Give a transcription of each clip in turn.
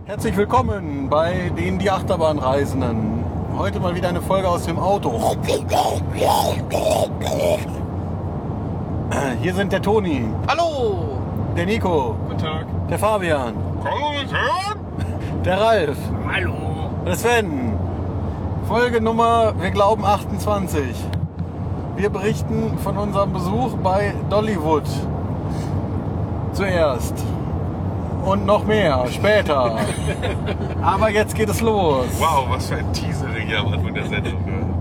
Herzlich willkommen bei die Achterbahnreisenden. Heute mal wieder eine Folge aus dem Auto. Hier sind der Toni. Hallo! Der Nico. Guten Tag. Der Fabian. Guten Tag. Der Ralf. Hallo! Der Sven. Folge Nummer, wir glauben 28. Wir berichten von unserem Besuch bei Dollywood. Zuerst. Und noch mehr, später. Aber jetzt geht es los. Wow, was für ein Teasering hier am Anfang der Sendung.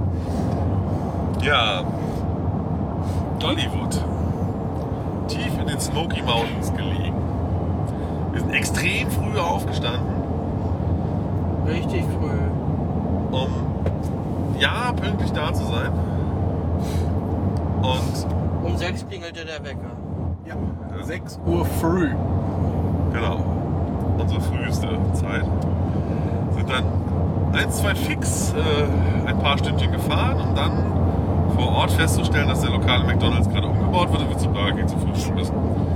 Ja, Dollywood. Tief in den Smoky Mountains gelegen. Wir sind extrem früh aufgestanden, Richtig früh. um ja pünktlich da zu sein. Und Um 6 klingelte der Wecker. Ja, 6 Uhr früh. genau, unsere früheste Zeit. Sind dann 1, 2 fix ein paar Stündchen gefahren, um dann vor Ort festzustellen, dass der lokale McDonald's gerade umgebaut wird und wir zu Burger King zum Frühstück müssen.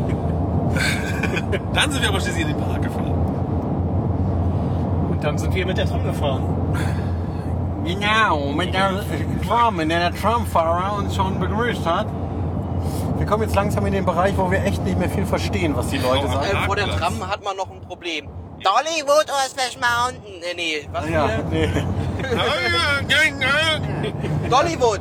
Dann sind wir aber schließlich in den Park gefahren. Und dann sind wir mit der Tram gefahren. Genau, mit der Tram, in der der Tramfahrer uns schon begrüßt hat. Wir kommen jetzt langsam in den Bereich, wo wir echt nicht mehr viel verstehen, was die Leute sagen. Vor der Tram hat man noch ein Problem. Dollywood oder Splash Mountain? Nee, was Ja, hier? nee. Dollywood!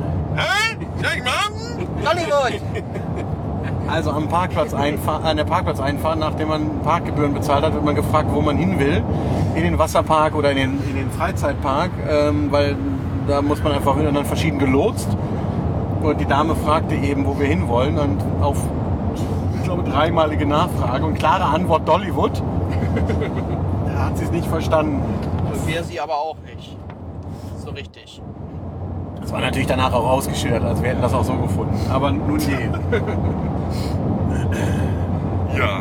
Mann! Dollywood! Also an der Parkplatzeinfahrt, nachdem man Parkgebühren bezahlt hat, wird man gefragt, wo man hin will. In den Wasserpark oder in den Freizeitpark, weil da muss man einfach wird dann verschieden gelotst. Und die Dame fragte eben, wo wir hinwollen. Und auf, ich glaube, 3-malige Nachfrage und klare Antwort Dollywood. Da hat sie es nicht verstanden. Und wir sie aber auch nicht. So richtig. Das war natürlich danach auch ausgeschildert, also wir hätten das auch so gefunden. Aber nun je. Ja.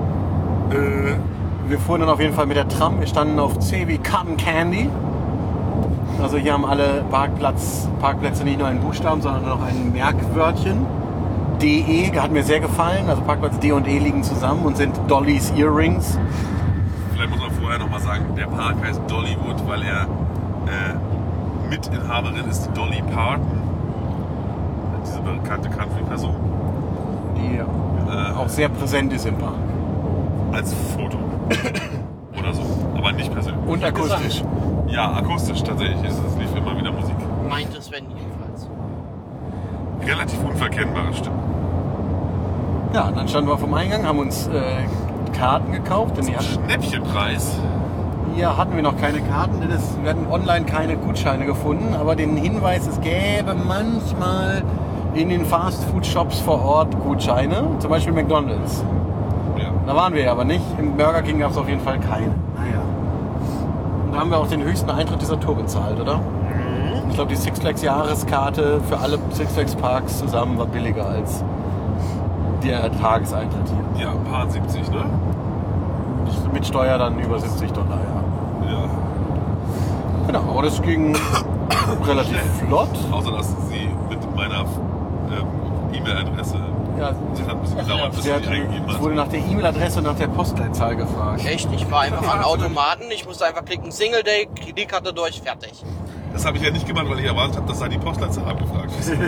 Wir fuhren dann auf jeden Fall mit der Tram. Wir standen auf C wie Cotton Candy. Also hier haben alle Parkplätze nicht nur einen Buchstaben, sondern noch ein Merkwörtchen. DE hat mir sehr gefallen. Also Parkplatz D und E liegen zusammen und sind Dollys Earrings. Vielleicht muss man vorher nochmal sagen, der Park heißt Dollywood, weil er Mitinhaberin ist die Dolly Parton. Diese bekannte Country-Person. Die auch sehr präsent ist im Park. Als Foto. Oder so. Aber nicht persönlich. Und akustisch. Ja, akustisch tatsächlich. Es lief immer wieder Musik. Meinte Sven jedenfalls. Relativ unverkennbare Stimme. Ja, dann standen wir vom Eingang, haben uns Karten gekauft. Denn die hatten, Schnäppchenpreis. hier hatten wir noch keine Karten, denn wir hatten online keine Gutscheine gefunden. Aber den Hinweis, es gäbe manchmal in den Fast-Food-Shops vor Ort Gutscheine. Zum Beispiel McDonald's. Ja. Da waren wir aber nicht. Im Burger King gab es auf jeden Fall keine. Naja. Und da haben wir auch den höchsten Eintritt dieser Tour bezahlt, oder? Ich glaube, die Six Flags Jahreskarte für alle Six Flags Parks zusammen war billiger als der Tageseintritt hier. Ja, ein paar 70, ne? Mit Steuer dann über $70, ja. Ja. Genau, aber das ging relativ flott. Außer dass sie mit meiner E-Mail-Adresse. Ja, Sie hat ein bisschen gedauert, bis sie sie hat, die eingegeben es hat. wurde nach der E-Mail-Adresse und nach der Postleitzahl gefragt. Echt? Ich war einfach an Automaten. Ich musste einfach klicken, Single Day, Kreditkarte durch, fertig. Das habe ich ja nicht gemacht, weil ich erwartet habe, dass da die Postleitzahl abgefragt wird.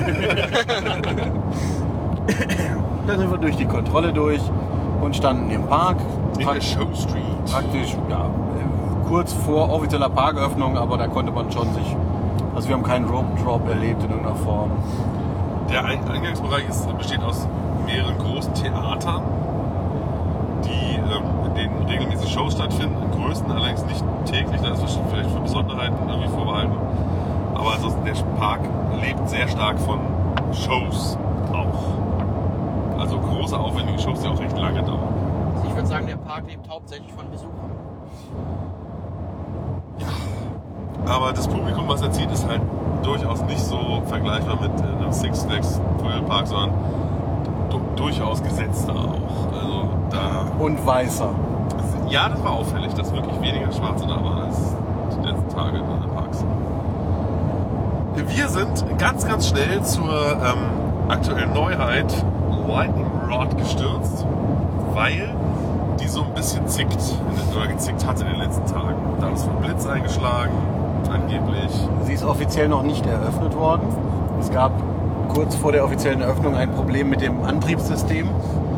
Dann sind wir durch die Kontrolle durch und standen im Park. In der Show Street. Praktisch, ja, kurz vor offizieller Parköffnung, aber da konnte man schon sich, also wir haben keinen Rope Drop erlebt in irgendeiner Form. Der Eingangsbereich besteht aus mehreren großen Theatern, in denen regelmäßig Shows stattfinden. Im größten allerdings nicht täglich, da ist es vielleicht für Besonderheiten irgendwie vorbehalten. Aber ansonsten der Park lebt sehr stark von Shows auch. Also große, aufwendige Shows, die auch recht lange dauern. Ich würde sagen, der Park lebt hauptsächlich von Besuchern. Aber das Publikum, was er zieht, ist halt durchaus nicht so vergleichbar mit einem Six Flags Thrill Park, sondern durchaus gesetzter auch. Also da. Und weißer. Ja, das war auffällig, dass wirklich weniger Schwarze da waren als die letzten Tage in den Parks. Wir sind ganz, ganz schnell zur aktuellen Neuheit Lightning Rod gestürzt, weil die so ein bisschen zickt. oder gezickt hat in den letzten Tagen. Da ist ein Blitz eingeschlagen, angeblich. Sie ist offiziell noch nicht eröffnet worden. Es gab kurz vor der offiziellen Eröffnung ein Problem mit dem Antriebssystem,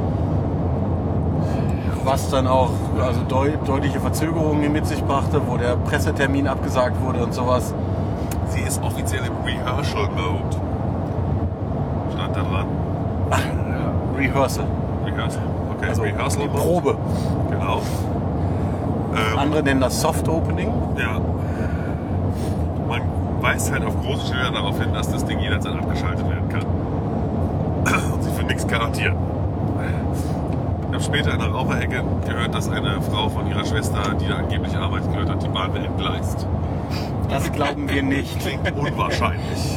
was dann auch also deutliche Verzögerungen mit sich brachte, wo der Pressetermin abgesagt wurde und sowas. Sie ist offiziell im Rehearsal Mode. Stand da dran? Rehearsal. Rehearsal. Okay, Also Rehearsal die Mode. Probe. Genau. Andere nennen das Soft Opening. Ja. Man weist halt auf große Schilder darauf hin, dass das Ding jederzeit abgeschaltet werden kann. Und sie für nichts garantieren. Ich habe später in der Raucherecke gehört, dass eine Frau von ihrer Schwester, die da angeblich arbeitet, gehört hat, die Bahn wird entgleist. Das glauben wir nicht. Klingt unwahrscheinlich.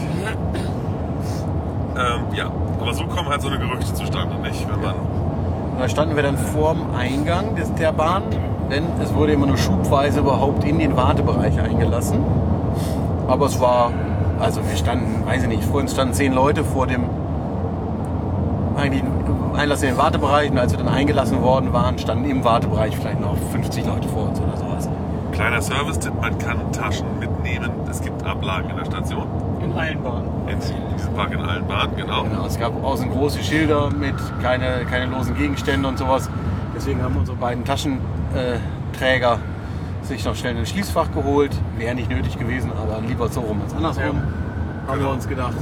Ja, aber so kommen halt so eine Gerüchte zustande, nicht? Wenn man Da standen wir dann vorm Eingang der Bahn, denn es wurde immer nur schubweise überhaupt in den Wartebereich eingelassen. Aber es war, also wir standen, weiß ich nicht, vor uns standen 10 Leute vor dem Einlass in den Wartebereich und als wir dann eingelassen worden waren, standen im Wartebereich vielleicht noch 50 Leute vor uns oder sowas. kleiner Service-Tipp, man kann Taschen mitnehmen. Es gibt Ablagen in der Station. In allen Bahnen. In diesem Park in allen Bahnen, genau. Genau, es gab außen große Schilder mit keine losen Gegenstände und sowas. Deswegen haben unsere beiden Taschenträger sich noch schnell ein Schließfach geholt. Wäre nicht nötig gewesen, aber lieber so rum als andersrum, haben wir uns gedacht.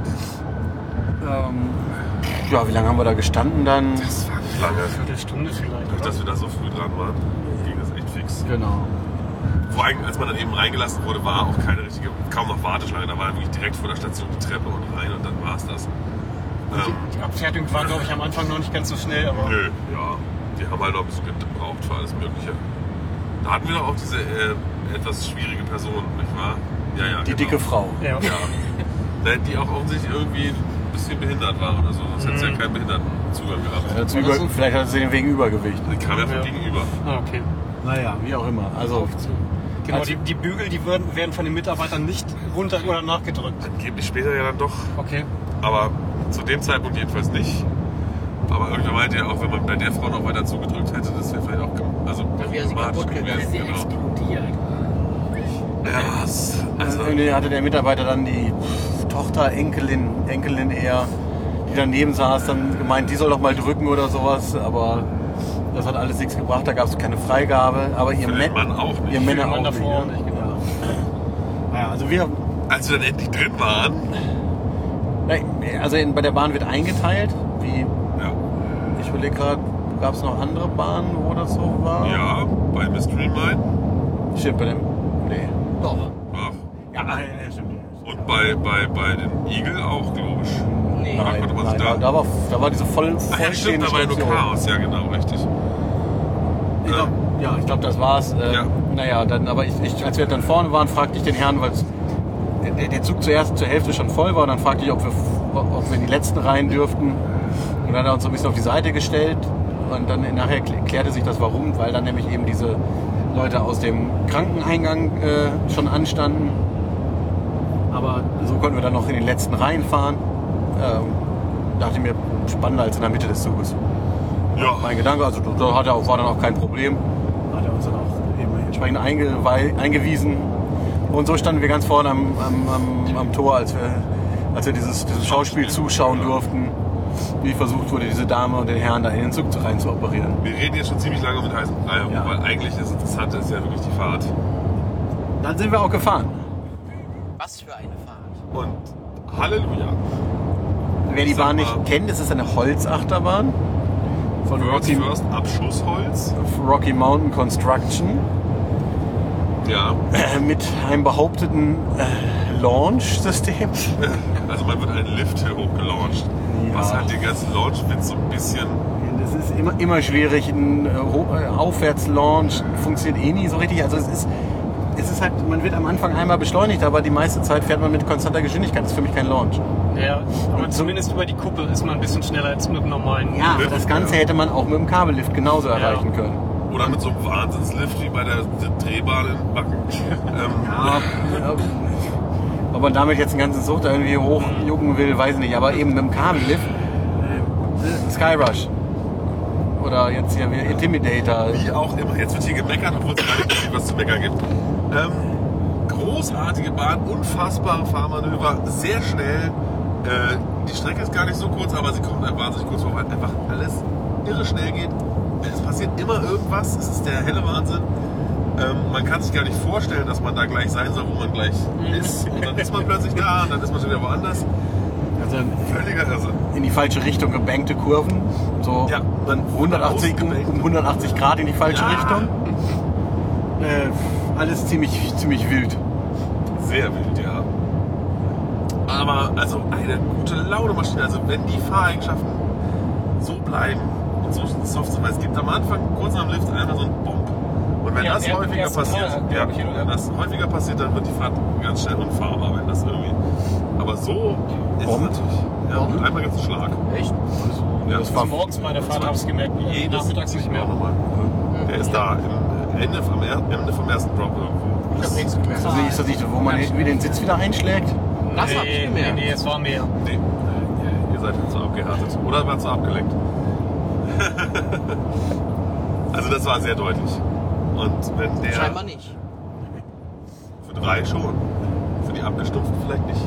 Ja, wie lange haben wir da gestanden dann? Das war lange. Eine Viertelstunde vielleicht. Dadurch, Oder? dass wir da so früh dran waren, ging das echt fix. Genau. Vor allem, als man dann eben reingelassen wurde, war auch keine richtige, kaum noch Warteschlange. Da war wirklich direkt vor der Station die Treppe und rein und dann war es das. Die Abfertigung war, glaube ich, am Anfang noch nicht ganz so schnell, aber Nö, ja. Die haben halt noch ein bisschen gebraucht für alles Mögliche. Da hatten wir doch auch diese etwas schwierige Person, nicht wahr? Ja, ja. Die genau. dicke Frau. ja. Ja. Die auch offensichtlich irgendwie ein bisschen behindert war oder so. Sonst hätte sie ja keinen Behindertenzugang gehabt. Vielleicht hat sie den wegen Übergewicht. Die kam ja von Ja. gegenüber. Ah, okay. Naja, wie auch immer. Also Genau, Also- die Bügel, die werden von den Mitarbeitern nicht runter oder nachgedrückt. Angeblich später ja dann doch. Okay. Aber zu dem Zeitpunkt jedenfalls nicht. Aber irgendwer meinte ja auch, wenn man bei der Frau noch weiter zugedrückt hätte, das wäre vielleicht auch Dann wäre sie kaputt gegangen. Sie explodiert. Ja, also, irgendwie hatte der Mitarbeiter dann die Tochter, Enkelin eher, die daneben saß, dann gemeint, die soll doch mal drücken oder sowas. Aber das hat alles nichts gebracht, da gab es keine Freigabe. Aber ihr für den Mann auch nicht. Ihr Männer Für den Mann auch davor nicht. auch nicht, genau. Ja, also wir, Als wir dann endlich drin waren, also bei der Bahn wird eingeteilt. Wie, ja, ich überlege gerade, gab es noch andere Bahnen, wo das so war? ja, bei Mystery Mine. Stimmt, bei dem. Nee. Doch. Ach. Ja, stimmt. Und bei den Eagle auch, glaube ich. Nee. Da konnte man sich Nein, da. da war diese Ach ja, stimmt, vollstehende da war ja nur Station. Chaos, ja genau, richtig. Ich glaube, das war's. Ja. Naja, dann, aber als wir dann vorne waren, fragte ich den Herrn, weil der Zug zuerst zur Hälfte schon voll war. Und dann fragte ich, ob wir in die letzten Reihen dürften. Und dann hat er uns so ein bisschen auf die Seite gestellt. Und dann nachher klärte sich das warum, weil dann nämlich eben diese Leute aus dem Krankeneingang schon anstanden. Aber so konnten wir dann noch in den letzten Reihen fahren. Dachte mir, spannender als in der Mitte des Zuges. Ja, Mein Gedanke, also da war dann auch kein Problem. Hat er uns dann auch eben entsprechend eingewiesen. Und so standen wir ganz vorne am Tor, als wir dieses Schauspiel zuschauen durften, wie versucht wurde, diese Dame und den Herrn da in den Zug rein zu operieren. wir reden jetzt schon ziemlich lange mit heißen Brei, Ja. weil eigentlich das Interessante ist ja wirklich die Fahrt. Dann sind wir auch gefahren. Was für eine Fahrt. Und Halleluja. Wer die Sag Bahn mal. nicht kennt, ist es eine Holzachterbahn von World's First Abschussholz. Rocky Mountain Construction Ja, mit einem behaupteten Launch-System. also man wird einen Lift hier hochgelauncht. Ja. Was halt den ganzen Launchwitz so ein bisschen. Das ist immer schwierig. Ein Aufwärtslaunch funktioniert eh nie so richtig. Also es ist halt, man wird am Anfang einmal beschleunigt, aber die meiste Zeit fährt man mit konstanter Geschwindigkeit. Das ist für mich kein Launch. Ja, aber zumindest über die Kuppel ist man ein bisschen schneller als mit dem normalen. Ja, aber das Ganze hätte man auch mit dem Kabellift genauso erreichen können. Oder mit so einem Wahnsinnslift wie bei der Drehbahn in Backen. Ja, ob man damit jetzt den ganzen Zug da irgendwie hochjucken will, weiß ich nicht. Aber eben mit dem Kabellift, Skyrush. oder jetzt hier wie Intimidator. Wie auch immer. Jetzt wird hier gemeckert, obwohl es gar nicht wirklich was zu meckern gibt. Großartige Bahn, unfassbare Fahrmanöver, sehr schnell. Die Strecke ist gar nicht so kurz, aber sie kommt wahnsinnig kurz vor, weil einfach alles irre schnell geht. Es passiert immer irgendwas, es ist der helle Wahnsinn. Man kann sich gar nicht vorstellen, dass man da gleich sein soll, wo man gleich ist. Und dann ist man plötzlich da und dann ist man schon wieder woanders. Also Völliger Irrsinn. in die falsche Richtung gebankte Kurven. So Ja, man 180, ausgebankt. um 180 Grad in die falsche Ja. Richtung. Alles ziemlich wild. Sehr wild, ja. Aber also eine gute Laune-Maschine. Also wenn die Fahreigenschaften so bleiben und so soft sind, weil es gibt am Anfang kurz am Lift einmal so einen Bump. Und wenn Ja, das im häufiger ersten passiert, Mal, ja, glaub ich, oder? wenn das häufiger passiert, dann wird die Fahrt ganz schnell unfahrbar, wenn das irgendwie. Aber so ist es Bump? natürlich. Ja, Bump? und einmal gibt es einen Schlag. Echt? Ja, Das war Morgens bei der Fahrt habe ich es gemerkt, nachmittags nicht mehr. nochmal. Der ist da am Ende vom ersten Drop irgendwo. Ich hab nichts gemerkt. Also ist das nicht, wo man wie den Sitz wieder einschlägt? Das hab ich gemerkt. Nee, es war mehr. Nee, ihr seid zu abgehärtet. Oder war zu abgelenkt. Also das war sehr deutlich. Und wenn der Scheinbar nicht. für 3 schon, für die abgestumpften vielleicht nicht.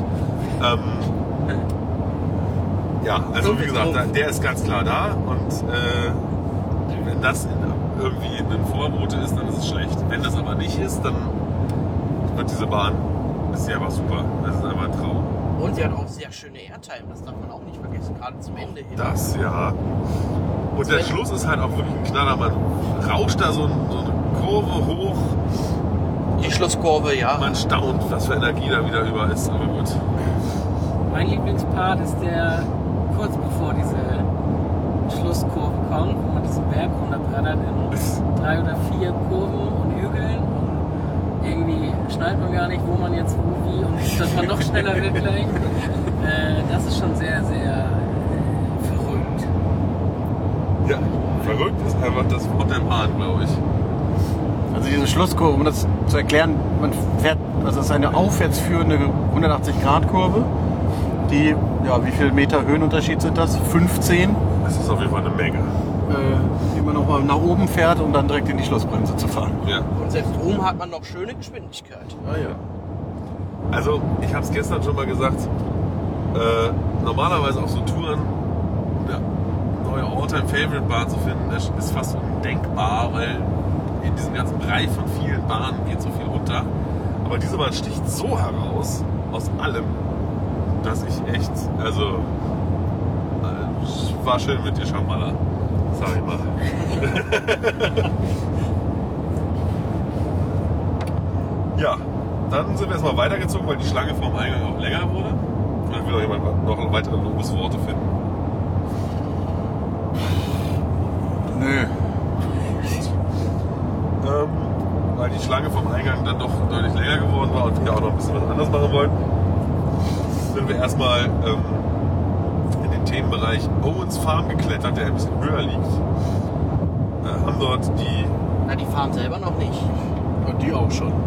Ja, also wie gesagt, der ist ganz klar da und wenn das irgendwie ein Vorbote ist, dann ist es schlecht. Wenn das aber nicht ist, dann wird diese Bahn ist ja einfach super. Das ist einfach ein Traum. Und sie hat auch sehr schöne Airtime, das darf man auch nicht vergessen, gerade zum Ende hin. Das, ja. Und der Schluss ist halt auch wirklich ein Knaller. Man rauscht da so eine Kurve hoch. Die Schlusskurve, ja. Man staunt, was für Energie da wieder über ist. Aber gut. Mein Lieblingspart ist der kurz bevor diese Schlusskurve kommt, wo man diesen Berg runterbrettert in 3 oder 4 Kurven und Hügeln. Und irgendwie schnallt man gar nicht, wo man jetzt wo wie und dass man noch schneller wird gleich. Das ist schon sehr, sehr verrückt. Ja, verrückt ist einfach das Wort der Bahn, glaube ich. Also diese Schlusskurve, um das zu erklären, man fährt, also es ist eine aufwärts führende 180-Grad-Kurve, die, ja, wie viel Meter Höhenunterschied sind das? 15, Das ist auf jeden Fall eine Menge. die man nochmal nach oben fährt, um dann direkt in die Schlussbremse zu fahren. Ja. Und selbst oben hat man noch schöne Geschwindigkeit. Ah, ja. Also, ich habe es gestern schon mal gesagt, normalerweise auf so Touren eine neue All-Time-Favorite-Bahn zu finden, das ist fast undenkbar, weil in diesem ganzen Bereich von vielen Bahnen geht so viel runter. Aber diese Bahn sticht so heraus aus allem, dass ich echt, also, war schön mit dir, Schamala, sag ich mal. Ja, dann sind wir erstmal weitergezogen, weil die Schlange vorm Eingang auch länger wurde. Dann will auch jemand noch weitere Lobesworte finden. Nö. Weil die Schlange vom Eingang dann doch deutlich länger geworden war und wir auch noch ein bisschen was anderes machen wollten, sind wir erstmal in den Themenbereich Owens Farm geklettert, der ein bisschen höher liegt. Haben dort Na, die fahren selber noch nicht. Und die auch schon.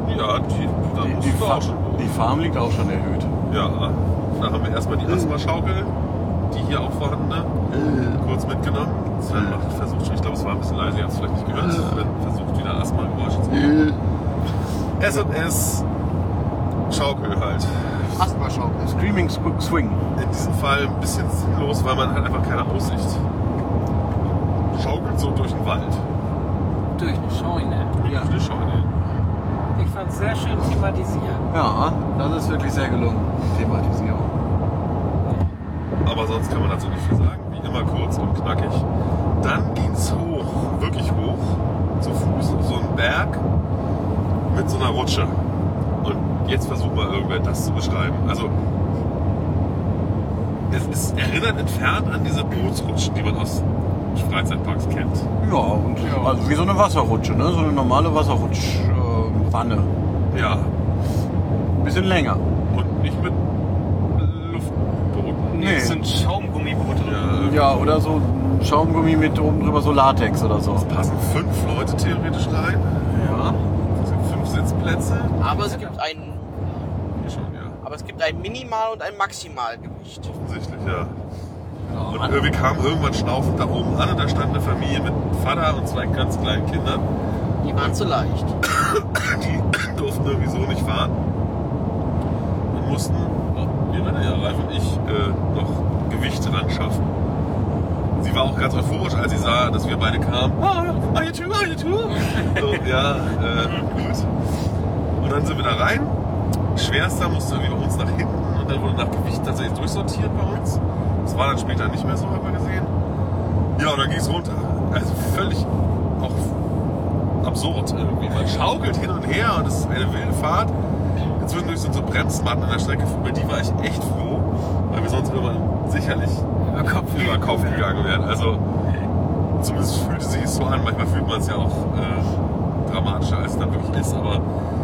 Die Farm liegt auch schon erhöht. Ja, da haben wir erstmal die Asthma-Schaukel, die hier auch vorhandene, kurz mitgenommen. Sven macht versucht schon, ich glaube es war ein bisschen leise, ihr habt es vielleicht nicht gehört. Sven versucht wieder Asthma-Geräusche zu machen. S&S Schaukel halt. Asthma-Schaukel. Screaming Swing. In diesem Fall ein bisschen sinnlos, weil man halt einfach keine Aussicht. Schaukelt so durch den Wald. Durch eine Scheune. Ja. Durch die Scheune. Ich fand es sehr schön thematisiert. Ja, das ist wirklich sehr gelungen, die Thematisierung. Aber sonst kann man dazu nicht viel sagen. Wie immer kurz und knackig. Dann ging es hoch, wirklich hoch, zu Fuß auf so einen Berg mit so einer Rutsche. Und jetzt versucht mal irgendwer das zu beschreiben. Also, es erinnert entfernt an diese Bootsrutschen, die man aus Freizeitparks kennt. Ja, und also wie so eine Wasserrutsche, ne? So eine normale Wasserrutschwanne. Ja, Bisschen länger. und nicht mit Luftbooten. Nee. Das sind Schaumgummiboote. Ja, Ja, oder so Schaumgummi mit oben drüber so Latex oder so. passen 5 Leute theoretisch rein. Ja. Das sind 5 Sitzplätze. Aber es Hier schon, ja. gibt ein Minimal- und ein Maximalgewicht. Offensichtlich, ja. Und wir kamen irgendwann schnaufend da oben an und da stand eine Familie mit Vater und 2 ganz kleinen Kindern. Die waren zu leicht. Die durften irgendwie so nicht fahren. Und mussten, Ralf und ich, noch Gewicht ran schaffen. Sie war auch ganz euphorisch, als sie sah, dass wir beide kamen. Are you too? So, ja, gut. Und dann sind wir da rein. Schwerster musste irgendwie bei uns nach hinten und dann wurde nach Gewicht tatsächlich durchsortiert bei uns. Das war dann später nicht mehr so, haben wir gesehen. Ja, und dann ging es runter. Also völlig auch absurd irgendwie. Man schaukelt hin und her und es ist eine wilde Fahrt. Zwischendurch sind so Bremsmatten an der Strecke, über die war ich echt froh, weil wir sonst immer sicherlich über Kopf gegangen wären. Also zumindest fühlte sich so an. Manchmal fühlt man es ja auch dramatischer, als es dann wirklich ist. Aber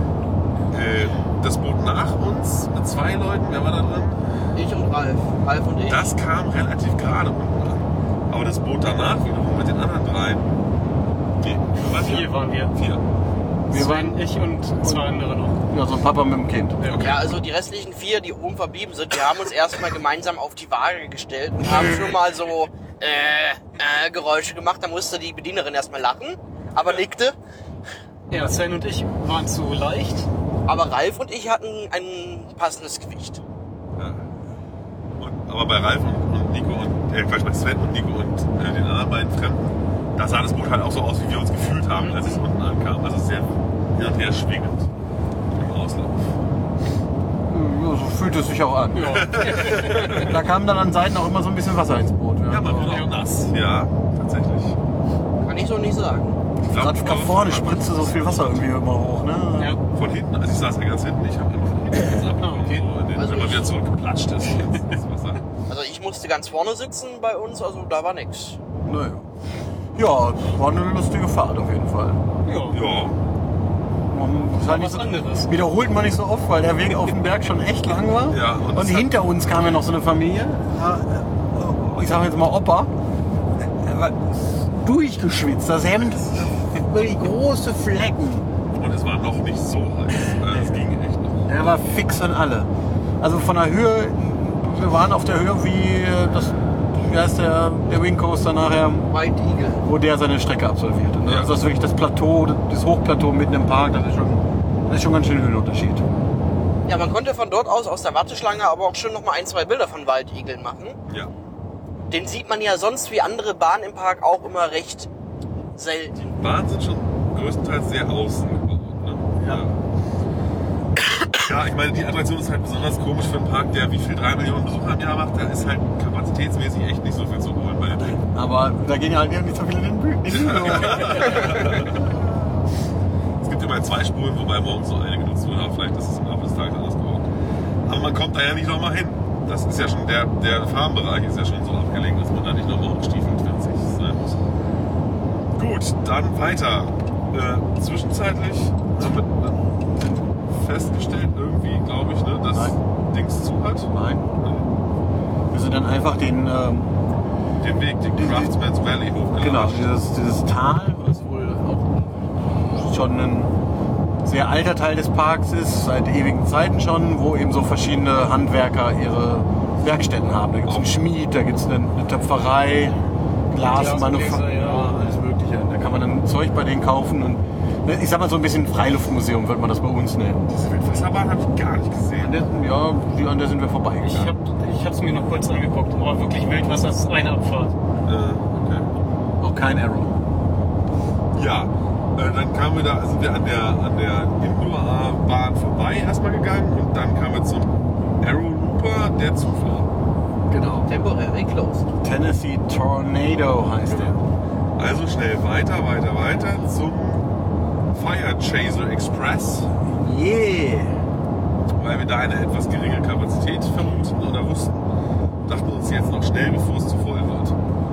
das Boot nach uns mit 2 Leuten, wer war da drin? Ich und Ralf. Ralf und ich. Das kam relativ gerade unten an. Aber das Boot danach wiederum mit den anderen 3. Nee, 4 waren wir. 4. Wir waren ich und 2 andere noch. Ja, so ein Papa mit dem Kind. Okay. Ja, also die restlichen 4, die oben verblieben sind, wir haben uns erstmal gemeinsam auf die Waage gestellt und haben schon mal so Geräusche gemacht. Da musste die Bedienerin erstmal lachen, aber nickte. Ja, Sven und ich waren zu leicht. Aber Ralf und ich hatten ein passendes Gewicht. Ja. Aber bei Ralf und Nico und bei Sven und Nico und den anderen beiden Fremden, da sah das Boot halt auch so aus, wie wir uns gefühlt haben, als es unten ankam. Also sehr hin und her schwingend im Auslauf. Ja, so fühlt es sich auch an. Ja. Da kam dann an Seiten auch immer so ein bisschen Wasser ins Boot. Ja, man wird auch nass. Ja, tatsächlich. Kann ich so nicht sagen. Gerade vorne spritzte so viel Wasser irgendwie immer hoch. Ne? Ja. Von hinten, also ich saß ja ganz hinten, ich habe immer von hinten gesagt, Okay. so, Also wenn man ich- wieder zurückgeplatscht ist ins Wasser. Also ich musste ganz vorne sitzen bei uns, also da war nix. Naja. Ja, war eine lustige Fahrt auf jeden Fall. Ja. Ja, Das war was anderes. wiederholt man nicht so oft, weil der Weg auf dem Berg schon echt lang war. Ja, und und das hinter uns kam ja noch so eine Familie. Ich sage jetzt mal Opa. Er war durchgeschwitzt. Das Hemd wirklich große Flecken. und es war noch nicht so heiß. Es ging echt noch. Er war fix an alle. Also von der Höhe, wir waren auf der Höhe wie das, wie heißt der Wing Coaster nachher, White Eagle. wo der seine Strecke absolvierte. Ne? Ja. Also das ist wirklich das Plateau, das Hochplateau mitten im Park, das ist schon ganz schön ein Höhenunterschied. Ja, man konnte von dort aus der Warteschlange aber auch schon noch mal 1, 2 Bilder von White Eagle machen. Ja. Den sieht man ja sonst wie andere Bahnen im Park auch immer recht selten. Bahnen sind schon größtenteils sehr außen gebaut. Ne? Ja. Ja, ich meine, die Attraktion ist halt besonders komisch für einen Park, der wie viel 3 Millionen Besucher im Jahr macht. Da ist halt kapazitätsmäßig echt nicht so viel zu holen bei den Dingen. Aber da gehen ja halt nicht so viele in den Bühnen. Es gibt immer 2 Spuren, wobei morgens nur eine genutzt wurde, aber vielleicht ist es im Laufe des Tages anders geworden. Aber man kommt da ja nicht nochmal hin. Das ist ja schon, der Farmbereich ist ja schon so abgelegen, dass man da nicht nochmal hochgestiefelt sein muss. Gut, dann weiter. Zwischenzeitlich haben wir festgestellt, irgendwie, glaube ich, ne, dass Nein. Dings zu hat. Nein. Wir sind dann einfach den Den Craftsman's Valley hochgeladen. genau, dieses Tal, was wohl auch schon ein sehr alter Teil des Parks ist, seit ewigen Zeiten schon, wo eben so verschiedene Handwerker ihre Werkstätten haben. Da gibt es einen Schmied, da gibt es eine Töpferei, Glasmanufaktur, Glasbläser, ja. alles Mögliche. Da kann man dann Zeug bei denen kaufen und ich sag mal so ein bisschen Freiluftmuseum wird man das bei uns nennen. Diese Wildwasserbahn habe ich gar nicht gesehen. An der sind wir vorbeigegangen. Ich hab's mir noch kurz angeguckt, aber wirklich Wildwasser ist eine Abfahrt. Okay. Auch kein Arrow. Ja, dann kamen wir da, sind wir an der Indoor-Bahn vorbei erstmal gegangen und dann kamen wir zum Arrow Looper, der zufuhr. Genau. Temporary closed. Tennessee Tornado heißt der. Also schnell weiter zum Fire Chaser Express, Yeah! weil wir da eine etwas geringere Kapazität vermuten oder wussten. Dachten uns jetzt noch schnell, bevor es zu voll wird.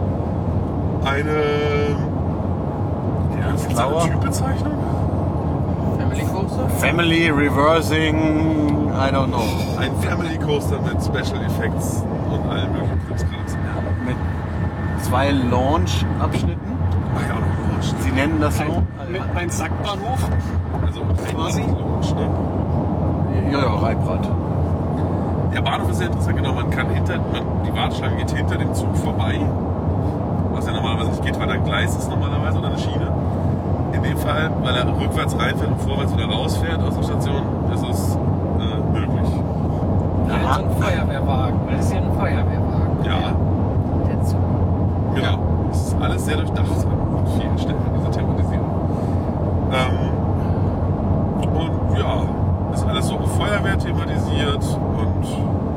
Gibt's da eine Typbezeichnung? Family Coaster? Family Reversing, I don't know. Ein Family Coaster mit Special Effects und allen möglichen Krimskrams. Mit 2 Launch-Abschnitten. Ach ja, noch Launch. Sie nennen das so. Ein Sackbahnhof. Also Quasi. Launch, ne? Ja, Reibrad. Der Bahnhof ist sehr interessant, genau. Die Warteschlange geht hinter dem Zug vorbei. Was ja normalerweise nicht geht, weil da ein Gleis ist normalerweise oder eine Schiene. In dem Fall, weil er rückwärts reinfährt und vorwärts wieder rausfährt aus der Station, ist es möglich. Ja, so ein Feuerwehrwagen, weil das ist ja ein Feuerwehrwagen. Ja. Der Zug. Genau. Es ist alles sehr durchdacht an vielen Stellen, diese Thematisierung. Und ja, ist alles so auf Feuerwehr thematisiert und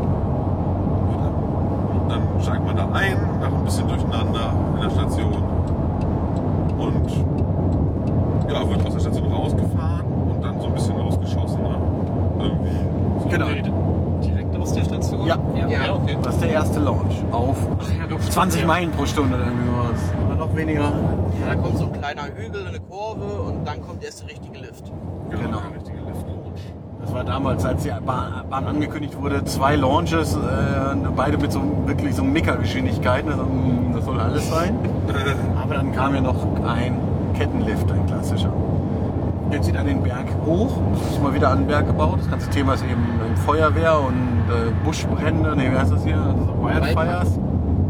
dann steigt man da ein, nach ein bisschen durcheinander in der Station und ja, wird aus der Station rausgefahren und dann so ein bisschen losgeschossen. Ne? Irgendwie. Genau. Direkt aus der Station? Ja. Ja, okay. Das ist der erste Launch. Auf Ach ja, doch, 20 ja. Meilen pro Stunde oder irgendwie was. Oder noch weniger. Ja, da kommt so ein kleiner Hügel, eine Kurve und dann kommt erst der richtige Lift. Genau. Der richtige Lift-Launch. Das war damals, als die Bahn angekündigt wurde, 2 Launches, beide mit so wirklich so Meckergeschwindigkeiten. Also, das soll alles sein. Aber dann kam ja noch ein Kettenlift, ein klassischer. Jetzt zieht er den Berg hoch. Das ist mal wieder an den Berg gebaut. Das ganze Thema ist eben Feuerwehr und Buschbrände. Ne, wie heißt das hier? Also Wildfires.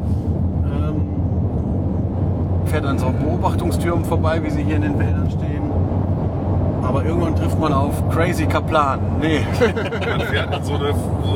Fährt an so Beobachtungstürmen vorbei, wie sie hier in den Wäldern stehen. Aber irgendwann trifft man auf Crazy Kaplan. Nee. Man fährt in so eine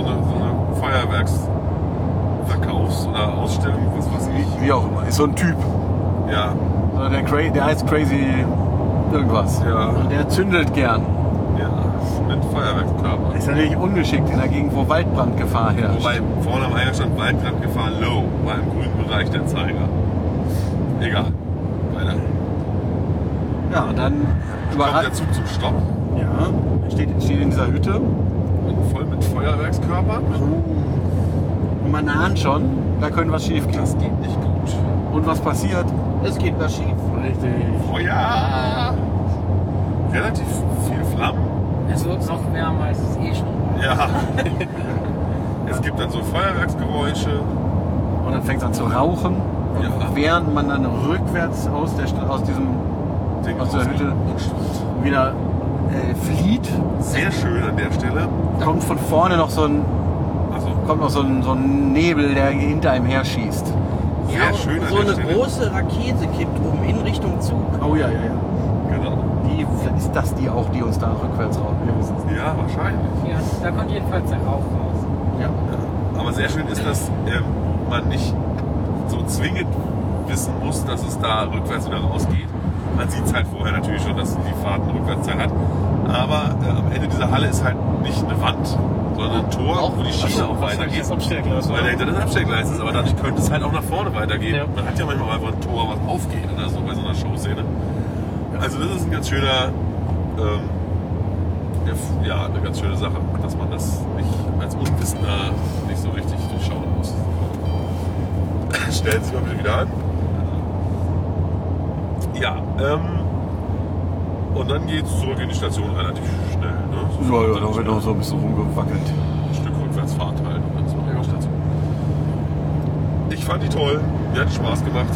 Feuerwerksverkaufs- oder Ausstellung, was weiß ich. Wie auch immer. Ist so ein Typ. Ja, Also der heißt Crazy irgendwas. Ja. Und der zündelt gern. ja, mit Feuerwerkskörper. Ist natürlich ungeschickt in der Gegend, wo Waldbrandgefahr herrscht. Wobei vorne am Eingang stand Waldbrandgefahr low, war im grünen Bereich der Zeiger. Egal. Weiter. Ja, dann Kommt überall. der Zug zum Stopp Ja, er steht in dieser Hütte. und voll mit Feuerwerkskörpern. Und man ahnt schon, da könnte was schief gehen. Das geht nicht gut. Und was passiert? Es geht was schief. Richtig. Feuer! Relativ viel Flammen. Es wird noch wärmer, als es eh schon war. Ja. Es gibt dann so Feuerwerksgeräusche. Und dann fängt es an zu rauchen. Und Ja. während man dann rückwärts aus der Hütte Und wieder flieht, sehr schön an der Stelle. kommt von vorne noch so ein Also Nebel, der hinter einem her schießt. sehr Ja, schön an so der eine Stelle. große Rakete kippt um in Richtung Zug. Oh ja. Genau. Vielleicht ist das die auch, die uns da rückwärts raus. Wir wissen es nicht. Ja, wahrscheinlich. Ja, da kommt jedenfalls der Rauch raus. Ja. Aber sehr schön ist, dass man nicht so zwingend wissen muss, dass es da rückwärts wieder rausgeht. Man sieht es halt vorher natürlich schon, dass die Fahrt eine Rückwärtszeit hat. Aber am Ende dieser Halle ist halt nicht eine Wand, sondern ein Tor, wo die Schiene auch weitergeht. Das Abstellgleis, Weil dahinter das Abstellgleis ist, aber dadurch könnte es halt auch nach vorne weitergehen. Ja. Man hat ja manchmal einfach ein Tor, was aufgeht oder so bei so einer Showszene. Also das ist ein ganz schöner, eine ganz schöne Sache, dass man das nicht als Unwissender nicht so richtig durchschauen muss. Stellen Sie mal bitte wieder an. Ja, und dann geht es zurück in die Station relativ schnell. Ne? Da wird noch so ein bisschen rumgewackelt. Ein Stück Rückwärtsfahrt halt und dann zurück in die Station. Ich fand die toll, mir hat Spaß gemacht.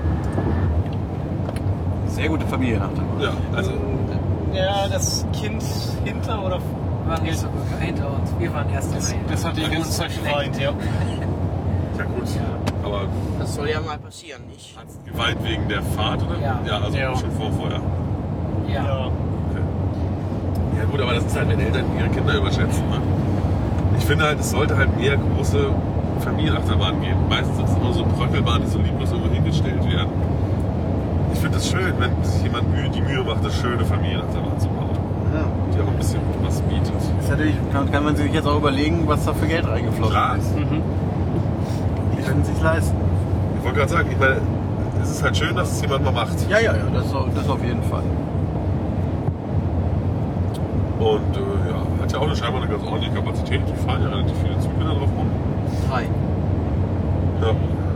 Sehr gute Familienachterbahn. Ja, also Ja, das Kind hinter oder Wir waren nicht so gut hinter uns. Wir waren erst das hat die ganze Zeit geweint, ja. ja gut. Aber Das soll ja mal passieren, nicht? hat es geweint wegen der Fahrt oder? Ja. Also Ja. schon vorher. Ja. Okay. Ja gut, aber das ist halt, wenn Eltern ihre Kinder überschätzen. Ne? Ich finde halt, es sollte halt mehr große Familienachterbahnen geben. Meistens sind es immer so Bröckelbahnen, die so lieblos irgendwo hingestellt werden. Ich finde es schön, wenn sich jemand die Mühe macht, eine schöne Familienachterbahn zu bauen. Ja. Die auch ein bisschen was bietet. Ist natürlich, kann man sich jetzt auch überlegen, was da für Geld reingeflossen Klar. ist. Die können es sich leisten. Ich wollte gerade sagen, ich meine, es ist halt schön, dass es jemand mal macht. Ja, das auf jeden Fall. Und hat ja auch scheinbar eine ganz ordentliche Kapazität. Die fahren ja relativ viele Züge da drauf rum. 3. Ja.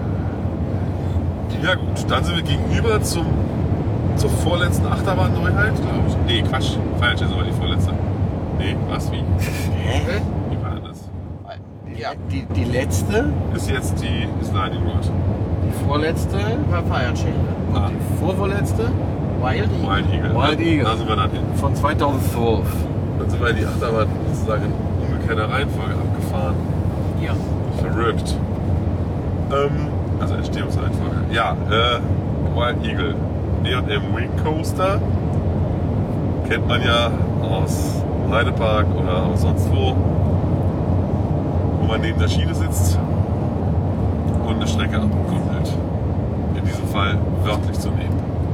Ja gut, dann sind wir gegenüber zur vorletzten Achterbahn-Neuheit, glaube ich. Nee, Quatsch, falsch, ist aber die vorletzte. Nee, was, wie? Wie war denn das? Ja, Die letzte, Ist jetzt die Lightning Rod. die vorletzte war Feiertschäden. und Ah. die vorvorletzte Wild Eagle. Wild Eagle. Wild Eagle. Da sind wir dann hin. von 2012. Dann sind wir in die Achterbahn sozusagen in umgekehrter Reihenfolge abgefahren. Ja. Verrückt. Also Entstehungsreihenfolge. Ja, Wild Eagle. D&M Wing Coaster. Kennt man ja aus Heidepark oder aus sonst wo man neben der Schiene sitzt und eine Strecke abkuppelt. In diesem Fall wörtlich zu nehmen.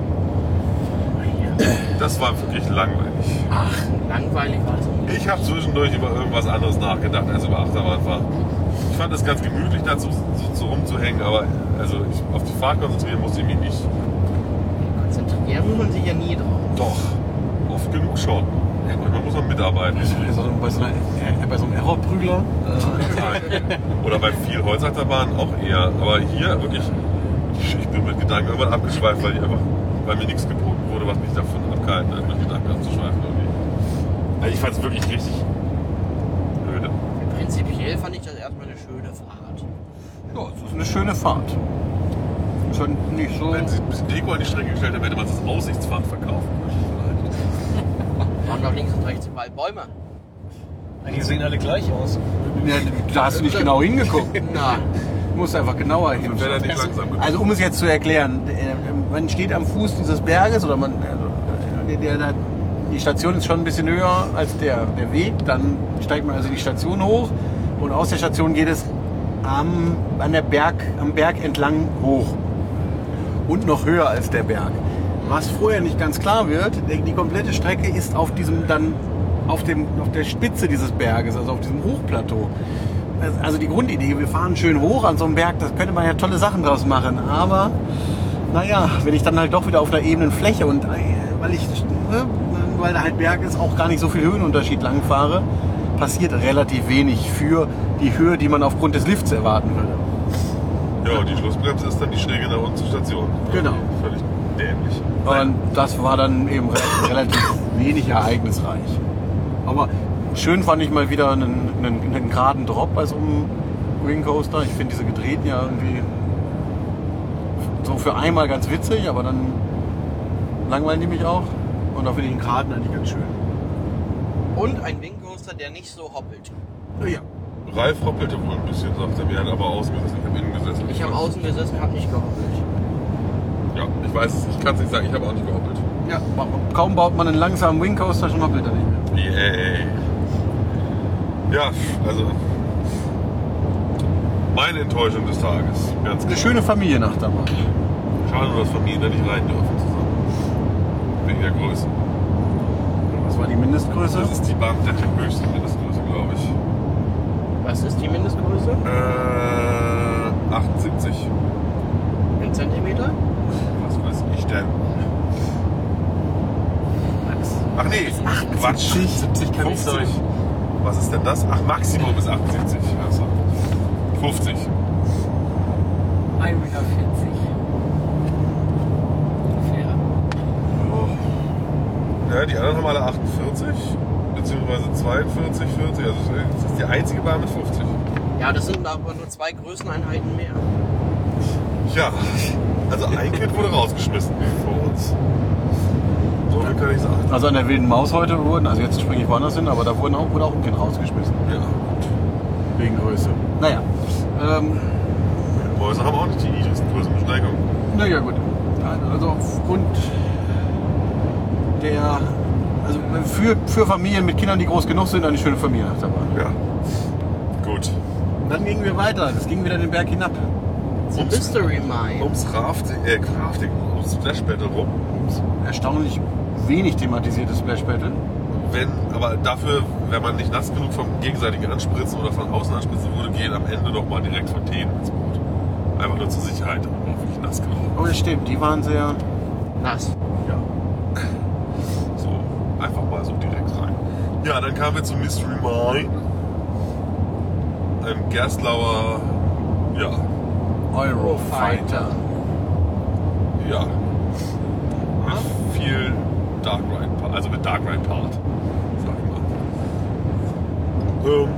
Das war wirklich langweilig. Ach, langweilig war es nicht. Ich habe zwischendurch über irgendwas anderes nachgedacht als über Achterbahnfahren. Ich fand es ganz gemütlich, dazu so rumzuhängen, aber also auf die Fahrt konzentrieren musste ich mich nicht. Konzentrieren muss man sich ja nie drauf. Doch, oft genug schon. Manchmal muss man mitarbeiten. Bei so einem Errorprügler. Oder bei viel Holzachterbahn auch eher. Aber hier wirklich, ich bin mit Gedanken irgendwann abgeschweift, weil mir nichts geboten wurde, was mich davon abgehalten hat, mit Gedanken abzuschweifen irgendwie. Also ich fand es wirklich richtig öde. Prinzipiell fand ich das erstmal eine schöne Fahrt. Ja, es ist eine schöne Fahrt. Ist halt nicht so. Wenn sie ein bisschen Deko an die Strecke gestellt hätten, hätte man das als Aussichtsfahrt verkaufen können. Waren doch links und rechts überall Bäume. Die sehen alle gleich aus. Ja, da hast du nicht genau hingeguckt. Na, Du musst einfach genauer Dann wäre er hinschauen. nicht langsam genug. Also um es jetzt zu erklären, man steht am Fuß dieses Berges oder die Station ist schon ein bisschen höher als der Weg. Dann steigt man also die Station hoch und aus der Station geht es am Berg entlang hoch und noch höher als der Berg. Was vorher nicht ganz klar wird, die komplette Strecke ist auf der Spitze dieses Berges, also auf diesem Hochplateau. Also die Grundidee, wir fahren schön hoch an so einem Berg, da könnte man ja tolle Sachen draus machen. Aber naja, wenn ich dann halt doch wieder auf der ebenen Fläche und weil da halt Berg ist, auch gar nicht so viel Höhenunterschied lang fahre, passiert relativ wenig für die Höhe, die man aufgrund des Lifts erwarten würde. Ja, und die Schlussbremse ist dann die Schräge nach unten zur Station. Genau. Völlig dämlich. Und das war dann eben relativ wenig ereignisreich. Aber schön fand ich mal wieder einen geraden Drop bei so einem Wing Coaster. Ich finde diese gedrehten ja irgendwie so für einmal ganz witzig, aber dann langweilen die mich auch. Und da finde ich den geraden eigentlich ganz schön. und ein Wing Coaster, der nicht so hoppelt. Ja. Ralf hoppelte wohl ein bisschen, sagt er. Wir haben aber außen gesessen, ich habe innen gesessen. Ich habe außen gesessen, habe nicht gehoppelt. Ja, ich weiß es, ich kann es nicht sagen, ich habe auch nicht gehoppelt. Ja, kaum baut man einen langsamen Wing Coaster, schon hoppelt er nicht mehr. Yay. Ja, also meine Enttäuschung des Tages. Ganz Eine klar. schöne Familienachterbahn. Schade nur, dass Familien da nicht rein dürfen zusammen. Wegen der Größe. Was war die Mindestgröße? Das ist die Bahn der höchsten Mindestgröße, glaube ich. Was ist die Mindestgröße? 78. In Zentimeter? Was weiß ich denn? Max. Ach nee, Quatsch. 70 kann nicht 50. sein. Was ist denn das? Ach, Maximum ist 78. Also 50. 1,40 Meter. Ungefähr. Ja, die anderen haben alle 48, beziehungsweise 42, 40. Also das ist die einzige Bahn mit 50. Ja, das sind aber nur 2 Größeneinheiten mehr. Ja, also ein Kind wurde rausgeschmissen vor uns. So viel kann ich sagen. Also an der Wilden Maus heute wurden, also jetzt springe ich woanders hin, aber da wurde auch ein Kind rausgeschmissen. Ja, Wegen Größe. Naja. Mäuse haben auch nicht die niedrigsten Größenbeschränkungen. Naja, gut. Also aufgrund der. Also für Familien mit Kindern, die groß genug sind, eine schöne Familienachterbahn. Ja, gut. Dann gingen wir weiter. Es ging wieder den Berg hinab. The Mystery Mine. Ums Crafting, ums Splash Battle rum. Erstaunlich wenig thematisiertes Splash Battle. Aber dafür, wenn man nicht nass genug vom gegenseitigen Anspritzen oder von außen anspritzen würde, gehen am Ende doch mal direkt Fontänen ins Boot. Einfach nur zur Sicherheit, aber auch wirklich nass genug. Oh, das stimmt. Die waren sehr. Nass. Ja. So, einfach mal so direkt rein. Ja, dann kamen wir zum Mystery Mine. Ein Gerstlauer, ja, Eurofighter. ja. Mit viel Dark Ride Part, also mit Dark Ride Part, sag ich mal.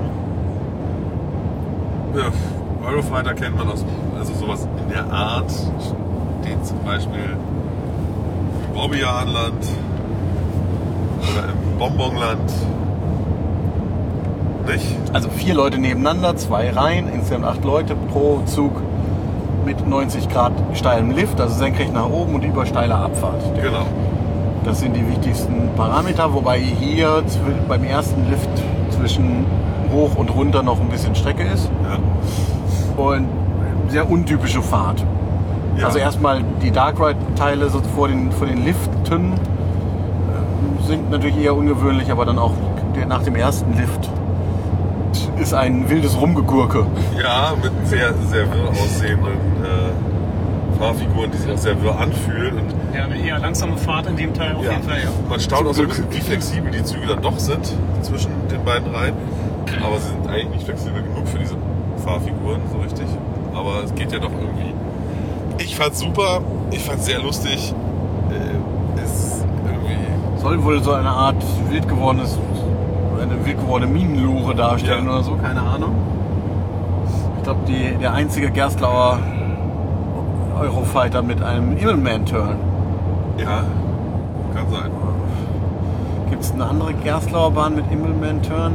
Ja, Eurofighter kennt man aus, also sowas in der Art, den zum Beispiel im Bobbejahnland oder im Bonbonland. Nicht? Also 4 Leute nebeneinander, 2 Reihen, insgesamt 8 Leute pro Zug mit 90 Grad steilem Lift, also senkrecht nach oben und über steile Abfahrt. Genau. Das sind die wichtigsten Parameter, wobei hier beim ersten Lift zwischen hoch und runter noch ein bisschen Strecke ist. Ja. Und sehr untypische Fahrt. Ja. Also erstmal die Dark Ride-Teile so vor den Liften sind natürlich eher ungewöhnlich, aber dann auch nach dem ersten Lift ist ein wildes Rumgegurke. Ja, mit sehr, sehr wirr aussehenden Fahrfiguren, die sich auch sehr wirr anfühlen. Und Ja, eine eher langsame Fahrt in dem Teil auf jeden Fall, ja. man staunt auch so ein bisschen, wie flexibel die Züge dann doch sind zwischen den beiden Reihen. Aber sie sind eigentlich nicht flexibel genug für diese Fahrfiguren, so richtig. Aber es geht ja doch irgendwie. Ich fand's super, ich fand's sehr lustig. Ist irgendwie. Soll wohl so eine Art wild gewordene Minenlure darstellen Ja. oder so, keine Ahnung. Ich glaube, der einzige Gerstlauer Eurofighter mit einem Immelman-Turn. Ja, kann sein. Gibt es eine andere Gerstlauer Bahn mit Immelman-Turn?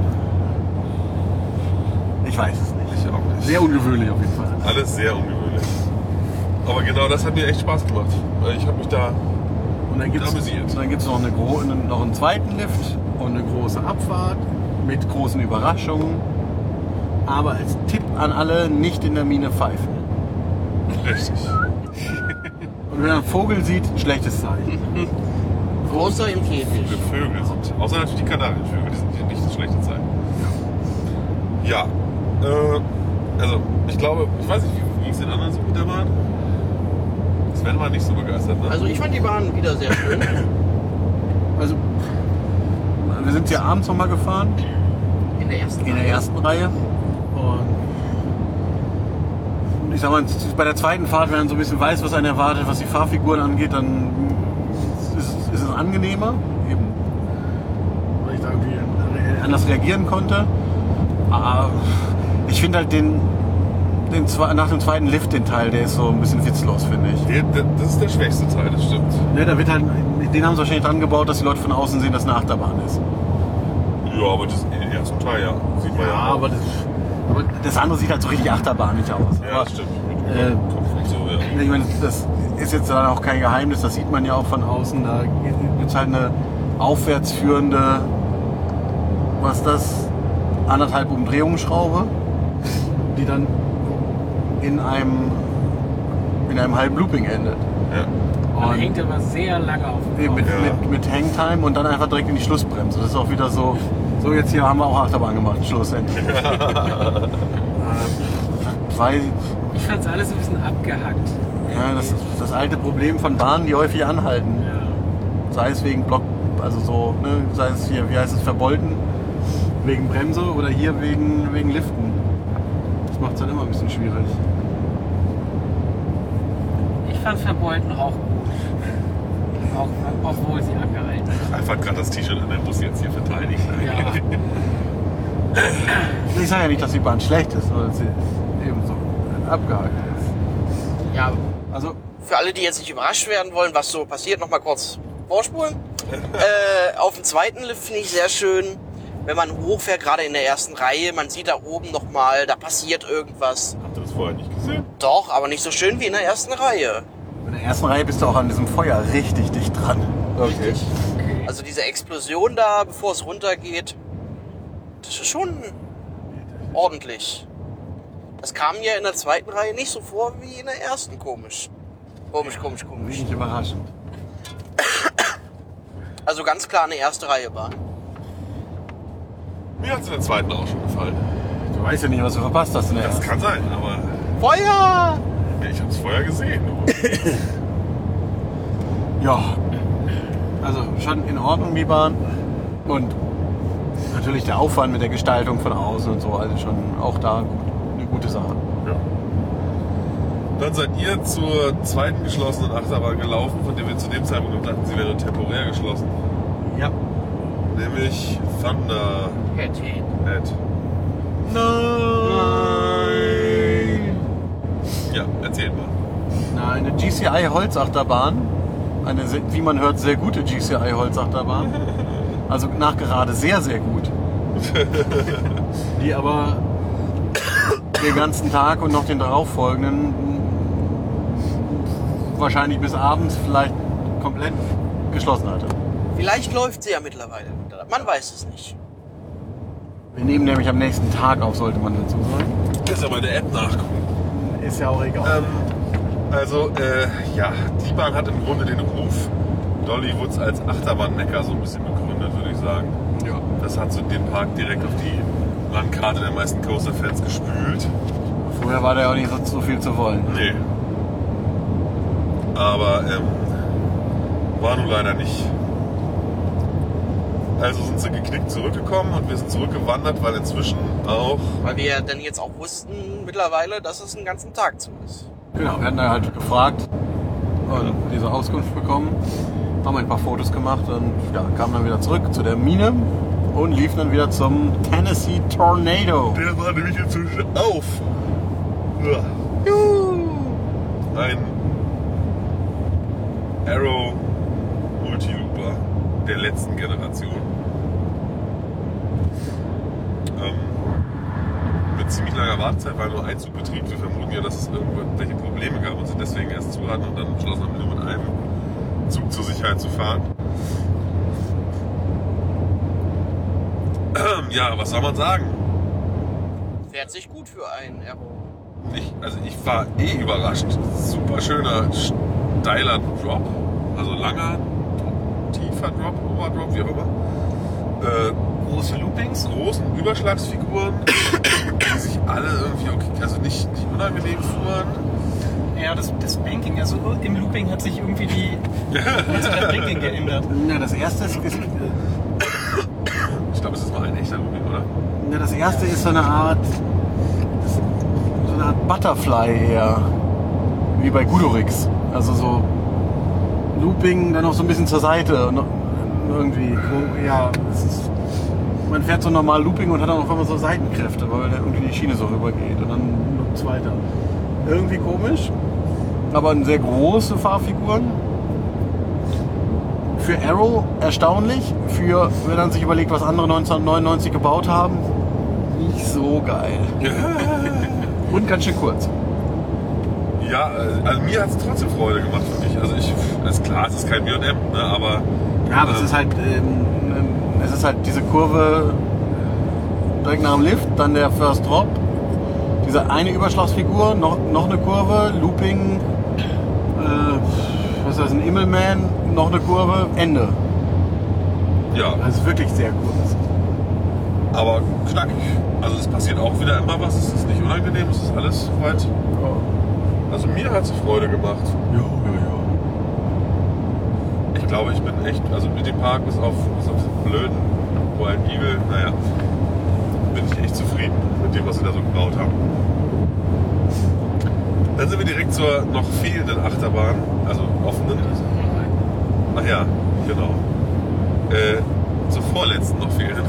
Ich weiß es nicht. Ich auch nicht. Sehr ungewöhnlich auf jeden Fall. Alles sehr ungewöhnlich. Aber genau das hat mir echt Spaß gemacht. Weil ich habe mich da. Und dann gibt amüsiert. es noch einen zweiten Lift und eine große Abfahrt mit großen Überraschungen. Aber als Tipp an alle, nicht in der Mine pfeifen. Richtig. Und wenn man einen Vogel sieht, ein schlechtes Zeichen. Großer im Käfig. Viele Vögel sind. Außer natürlich die Kanarienvögel, die sind hier nicht das schlechte Zeichen. Ja. Also ich glaube, ich weiß nicht, wie es den anderen so mit der Bahn. Sven war nicht so begeistert, ne? Also ich fand die Bahn wieder sehr schön. Also, wir sind ja abends nochmal gefahren, In der ersten in der ersten Reihe. Und ich sag mal, bei der zweiten Fahrt, wenn man so ein bisschen weiß, was einen erwartet, was die Fahrfiguren angeht, dann ist es angenehmer. Eben, weil ich da irgendwie anders reagieren konnte. Aber ich finde halt nach dem zweiten Lift den Teil, der ist so ein bisschen witzlos, finde ich. Das ist der schwächste Teil, das stimmt. Ne, da wird halt, den haben sie wahrscheinlich dran gebaut, dass die Leute von außen sehen, dass eine Achterbahn ist. Ja, aber das in den ersten Teil, ja. Sieht man ja. Aber das andere sieht halt so richtig achterbahnig aus. Ja, Aber, das stimmt. Mit Kopf und so, ja. ich meine, das ist jetzt dann auch kein Geheimnis, das sieht man ja auch von außen. Da gibt es halt eine aufwärts führende, was ist das, 1,5 Umdrehungsschraube, die dann in einem halben Looping endet. Ja. Man Und hängt aber sehr lange auf dem eben Kopf. mit Hangtime und dann einfach direkt in die Schlussbremse. Das ist auch wieder so jetzt hier haben wir auch Achterbahn gemacht, schlussendlich. Weil Ich fand es alles ein bisschen abgehackt. ja, das ist das alte Problem von Bahnen, die häufig anhalten. Ja. Sei es wegen Block, also so, ne, sei es hier, wie heißt es, verbolten, wegen Bremse oder hier wegen Liften. Das macht es dann immer ein bisschen schwierig. Ich fand Verbeulten auch gut. Auch, obwohl sie angehalten haben. Einfach gerade das T-Shirt an, der muss jetzt hier verteidigen. Ja. Ich sage ja nicht, dass die Bahn schlecht ist, sondern sie eben so abgehakt ist. Ja, Also, für alle, die jetzt nicht überrascht werden wollen, was so passiert, noch mal kurz vorspulen. Auf dem zweiten Lift finde ich sehr schön, wenn man hochfährt, gerade in der ersten Reihe, man sieht da oben noch mal, da passiert irgendwas. Habt ihr das vorher nicht gesehen? Doch, aber nicht so schön wie in der ersten Reihe. in der ersten Reihe bist du auch an diesem Feuer richtig dicht dran. Okay. Also diese Explosion da, bevor es runtergeht, das ist schon ordentlich. Das kam mir in der zweiten Reihe nicht so vor wie in der ersten, komisch. Komisch. Wenig überraschend. Also ganz klar eine erste Reihe Bahn. Mir hat es in der zweiten auch schon gefallen. Du weißt ja nicht, was du verpasst hast in der Das ersten. kann sein, aber Feuer! ja, ich habe es vorher gesehen. Ja, also schon in Ordnung die Bahn und natürlich der Aufwand mit der Gestaltung von außen und so, also schon auch da eine gute Sache. Ja. Dann seid ihr zur zweiten geschlossenen Achterbahn gelaufen, von der wir zu dem Zeitpunkt noch dachten, sie wäre temporär geschlossen. Ja. Nämlich Thunderhead. Nein! Ja, erzählt mal. Na, eine GCI Holzachterbahn, eine, wie man hört, sehr gute GCI Holzachterbahn. Also nachgerade sehr, sehr gut. die aber den ganzen Tag und noch den darauffolgenden wahrscheinlich bis abends vielleicht komplett geschlossen hatte. Vielleicht läuft sie ja mittlerweile. Man weiß es nicht. Wir nehmen nämlich am nächsten Tag auf, sollte man dazu sagen. Jetzt aber in der App nachgucken. Ist ja auch egal. Die Bahn hat im Grunde den Ruf Dollywoods als Achterbahnmecker so ein bisschen begründet, würde ich sagen. Ja. Das hat so den Park direkt auf die Landkarte der meisten Coaster-Fans gespült. Vorher war da ja auch nicht so viel zu wollen. Nee. Aber war nun leider nicht. Also sind sie geknickt zurückgekommen und wir sind zurückgewandert, weil inzwischen auch... Weil wir dann jetzt auch wussten mittlerweile, dass es einen ganzen Tag zu ist. Genau, wir hatten da halt gefragt und diese Auskunft bekommen, haben ein paar Fotos gemacht und ja, kamen dann wieder zurück zu der Mine und liefen dann wieder zum Tennessee Tornado. Der war nämlich inzwischen auf. Ja. Ein Arrow Multilooper der letzten Generation. Mit ziemlich langer Wartezeit, weil nur Einzugbetrieb. Wir vermuten ja, dass es irgendwelche Probleme gab und sie deswegen erst zu hatten und dann beschlossen haben, nur mit einem Zug zur Sicherheit zu fahren. Ja, was soll man sagen? Fährt sich gut für einen Aero. Ich war überrascht. Super schöner, steiler Drop. Also langer, tiefer Drop, Overdrop, wie auch immer. Große Loopings. Großen Überschlagsfiguren, die sich alle irgendwie nicht unangenehm fuhren. Ja, das Banking, also im Looping hat sich irgendwie das Banking geändert. Ja, das erste ist Ich glaube, es ist mal ein echter Looping, oder? ja, das erste ist so eine Art Butterfly eher, wie bei Gudorix. Also so Looping, dann noch so ein bisschen zur Seite und irgendwie, ja, man fährt so normal Looping und hat dann auch immer so Seitenkräfte, weil dann irgendwie die Schiene so rübergeht und dann loopt weiter. Irgendwie komisch, aber sehr große Fahrfiguren. Für Arrow erstaunlich, wenn man sich überlegt, was andere 1999 gebaut haben, nicht so geil. Und ganz schön kurz. Ja, also mir hat es trotzdem Freude gemacht für mich. Also ist klar, es ist kein B&M, ne, aber... Ja, aber es ist halt diese Kurve direkt nach dem Lift, dann der First Drop, diese eine Überschlagsfigur, noch eine Kurve, Looping, was ist das, ein Immelman, noch eine Kurve, Ende. Ja, Also wirklich sehr kurz. aber knackig. Also es passiert auch wieder immer was, es ist nicht unangenehm, es ist alles soweit. Also mir hat es Freude gemacht. Ja. Ich glaube, ich bin echt, also mit dem Park bis auf den blöden Wild Eagle, naja, bin ich echt zufrieden mit dem, was sie da so gebaut haben. Dann sind wir direkt zur noch fehlenden Achterbahn, also offenen. Ach ja, genau. Zur vorletzten noch fehlenden.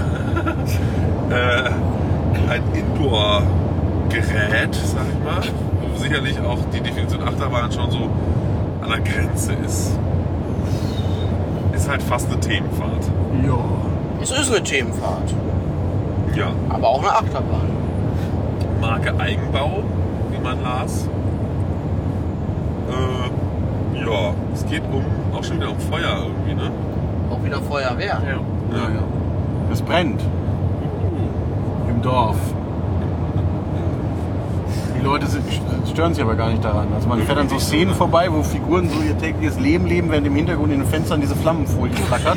Ein Indoor-Gerät, sag ich mal, wo sicherlich auch die Definition Achterbahn schon so an der Grenze ist. Ist halt fast eine Themenfahrt. Ja. Es ist eine Themenfahrt, Ja. aber auch eine Achterbahn. Marke Eigenbau, wie man las. Ja, es geht auch schon wieder um Feuer irgendwie, ne? Auch wieder Feuerwehr. Ja. Es brennt. Im Dorf. Die Leute stören sich aber gar nicht daran. Also man fährt an so Szenen vorbei, wo Figuren so ihr tägliches Leben leben, während im Hintergrund in den Fenstern diese Flammenfolie flackern.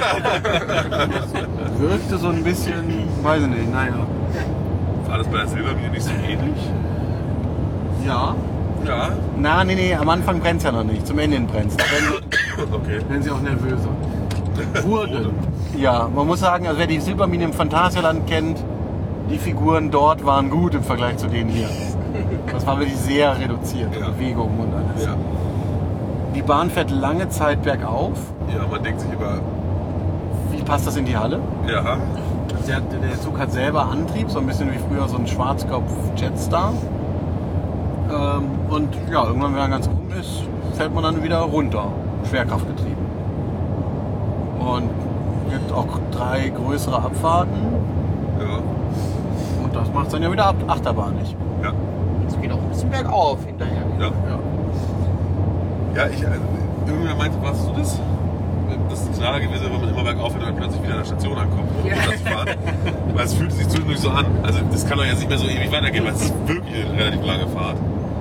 Wirkte so ein bisschen, weiß ich nicht, naja. War das bei der Silbermine nicht so ähnlich? Ja. Ja. Nee, am Anfang brennt es ja noch nicht, zum Ende hin brennt es. Da Okay. werden sie auch nervöser. Wurde. Ja, man muss sagen, also wer die Silbermine im Phantasialand kennt, die Figuren dort waren gut im Vergleich zu denen hier. Das war wirklich sehr reduziert, Ja. Bewegung und alles. Ja. Die Bahn fährt lange Zeit bergauf. Ja, man denkt sich immer, Wie passt das in die Halle? ja, Der Zug hat selber Antrieb, so ein bisschen wie früher so ein Schwarzkopf-Jetstar. Und ja, irgendwann, wenn er ganz oben ist, fällt man dann wieder runter, schwerkraftgetrieben. Und es gibt auch 3 größere Abfahrten. Und das macht dann ja wieder achterbahnig. Ja. Es geht auch ein bisschen bergauf hinterher. Ja. Irgendwer meinte, warst du das? Das ist klar gewesen, wenn man immer bergauf fährt und dann plötzlich wieder an der Station ankommt, um runterzufahren. Weil es fühlt sich zwischendurch so an. Also das kann doch jetzt nicht mehr so ewig weitergehen, weil es ist wirklich eine relativ lange Fahrt.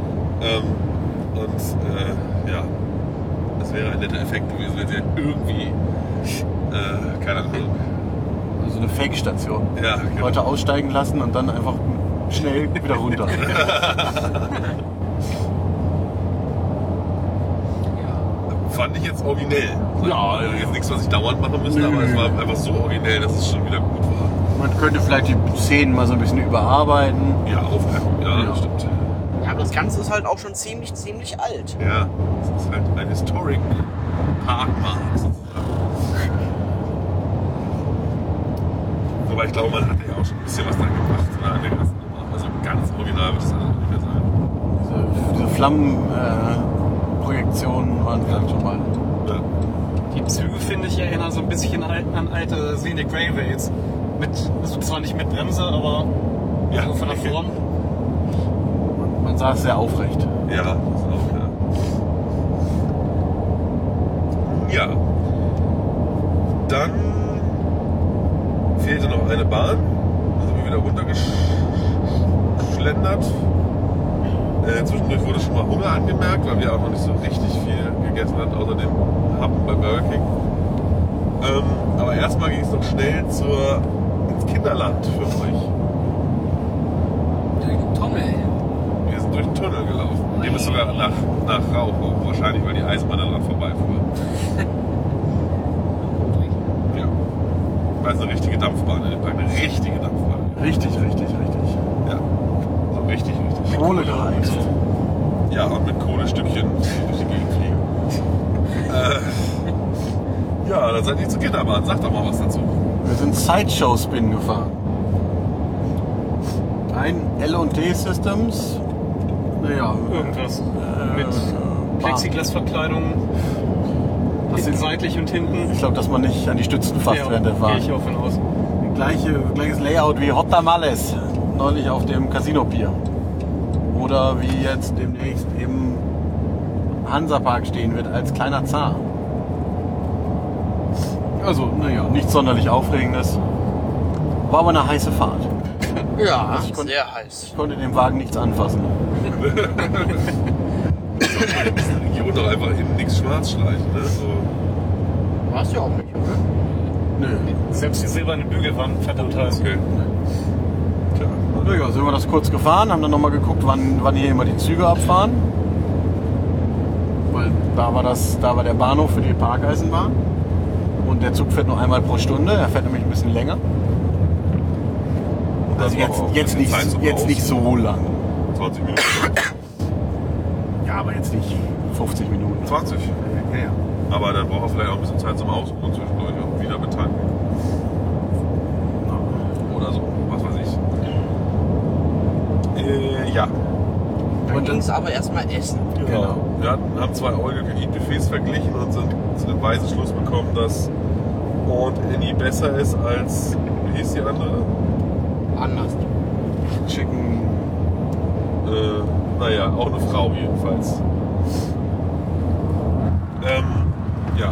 Das wäre ein netter Effekt gewesen, wenn sie irgendwie, keine Ahnung. Also eine Fake-Station. Ja, genau. Leute aussteigen lassen und dann einfach schnell wieder runter. Fand ich jetzt originell. Ja. Also jetzt nichts, was ich dauernd machen müsste, aber es war einfach so originell, dass es schon wieder gut war. Man könnte vielleicht die Szenen mal so ein bisschen überarbeiten. Ja, aufpeppen. Ja, stimmt. Ja, aber das Ganze ist halt auch schon ziemlich alt. Ja, es ist halt ein Historic Parkmark sozusagen. Wobei ich glaube, man hat ja auch schon ein bisschen was dran gemacht an der ganzen Nummer. Also ganz original wird es alles nicht mehr sein. Diese Flammenprojektionen waren vielleicht schon mal. Ja. Die Züge, finde ich, erinnern so ein bisschen an alte Scenic Railways. Also zwar nicht mit Bremse, aber Ja. so von der Form. Man saß sehr aufrecht. Ja, das ist auch klar. Ja. Dann fehlte noch eine Bahn. Da sind wir wieder runtergeschlendert. Zwischendurch wurde schon mal Hunger angemerkt, weil wir auch noch nicht so richtig viel gegessen hatten, außer dem Happen bei Burger King. Aber erstmal ging es noch schnell ins Kinderland für euch. Durch den Tunnel. Wir sind durch den Tunnel gelaufen. Dem ist sogar nach Rauch hoch, wahrscheinlich, weil die Eisenbahn daran vorbeifuhr. Ja. Weil es eine richtige Dampfbahn ist. Eine richtige Dampfbahn. Richtig. Ja. So richtig. Kohle geheizt. Ja, und mit Kohlestückchen durch die Gegend fliegen. Ja, dann seid ihr zur Kinderbahn. Sag doch mal was dazu. Wir sind Sideshow-Spin gefahren. Ein L&T Systems. Naja, Irgendwas. Mit Plexiglasverkleidung. Seitlich und hinten. ich glaube, dass man nicht an die Stützen fasst während der gehe Fahrt. ich auch von aus. Gleiches Layout wie Hot Tamales, neulich auf dem Casino Pier. Oder wie jetzt demnächst im Hansapark stehen wird als kleiner Zar. Also, naja, nichts sonderlich Aufregendes. War aber eine heiße Fahrt. Ja, ich konnte- sehr heiß. Ich konnte dem Wagen nichts anfassen. Hier wurde doch einfach innen nichts schwarz streichen. Ne? So. Warst du auch nicht, oder? Nö. Selbst die silbernen Bügel waren verdammt heiß. Okay. Tja. Naja, sind wir das kurz gefahren, haben dann nochmal geguckt, wann hier immer die Züge abfahren. Weil da war der Bahnhof für die Parkeisenbahn. Und der Zug fährt nur einmal pro Stunde, er fährt nämlich ein bisschen länger. Also Das war auch jetzt ein bisschen Zeit zum nicht so lang. 20 Minuten. Ja, aber jetzt nicht 50 Minuten. 20. Ja. Aber dann braucht er vielleicht auch ein bisschen Zeit zum Ausruhen zwischendurch und wieder betanken. Oder so, was weiß ich. Ja. Dann ging es aber erstmal essen. Genau. Wir haben zwei All-You-Can-Eat-Buffets verglichen und sind zu dem weisen Schluss bekommen, dass Aunt Annie besser ist als, wie hieß die andere? Anders. Chicken. Naja, auch eine Frau jedenfalls. Ja.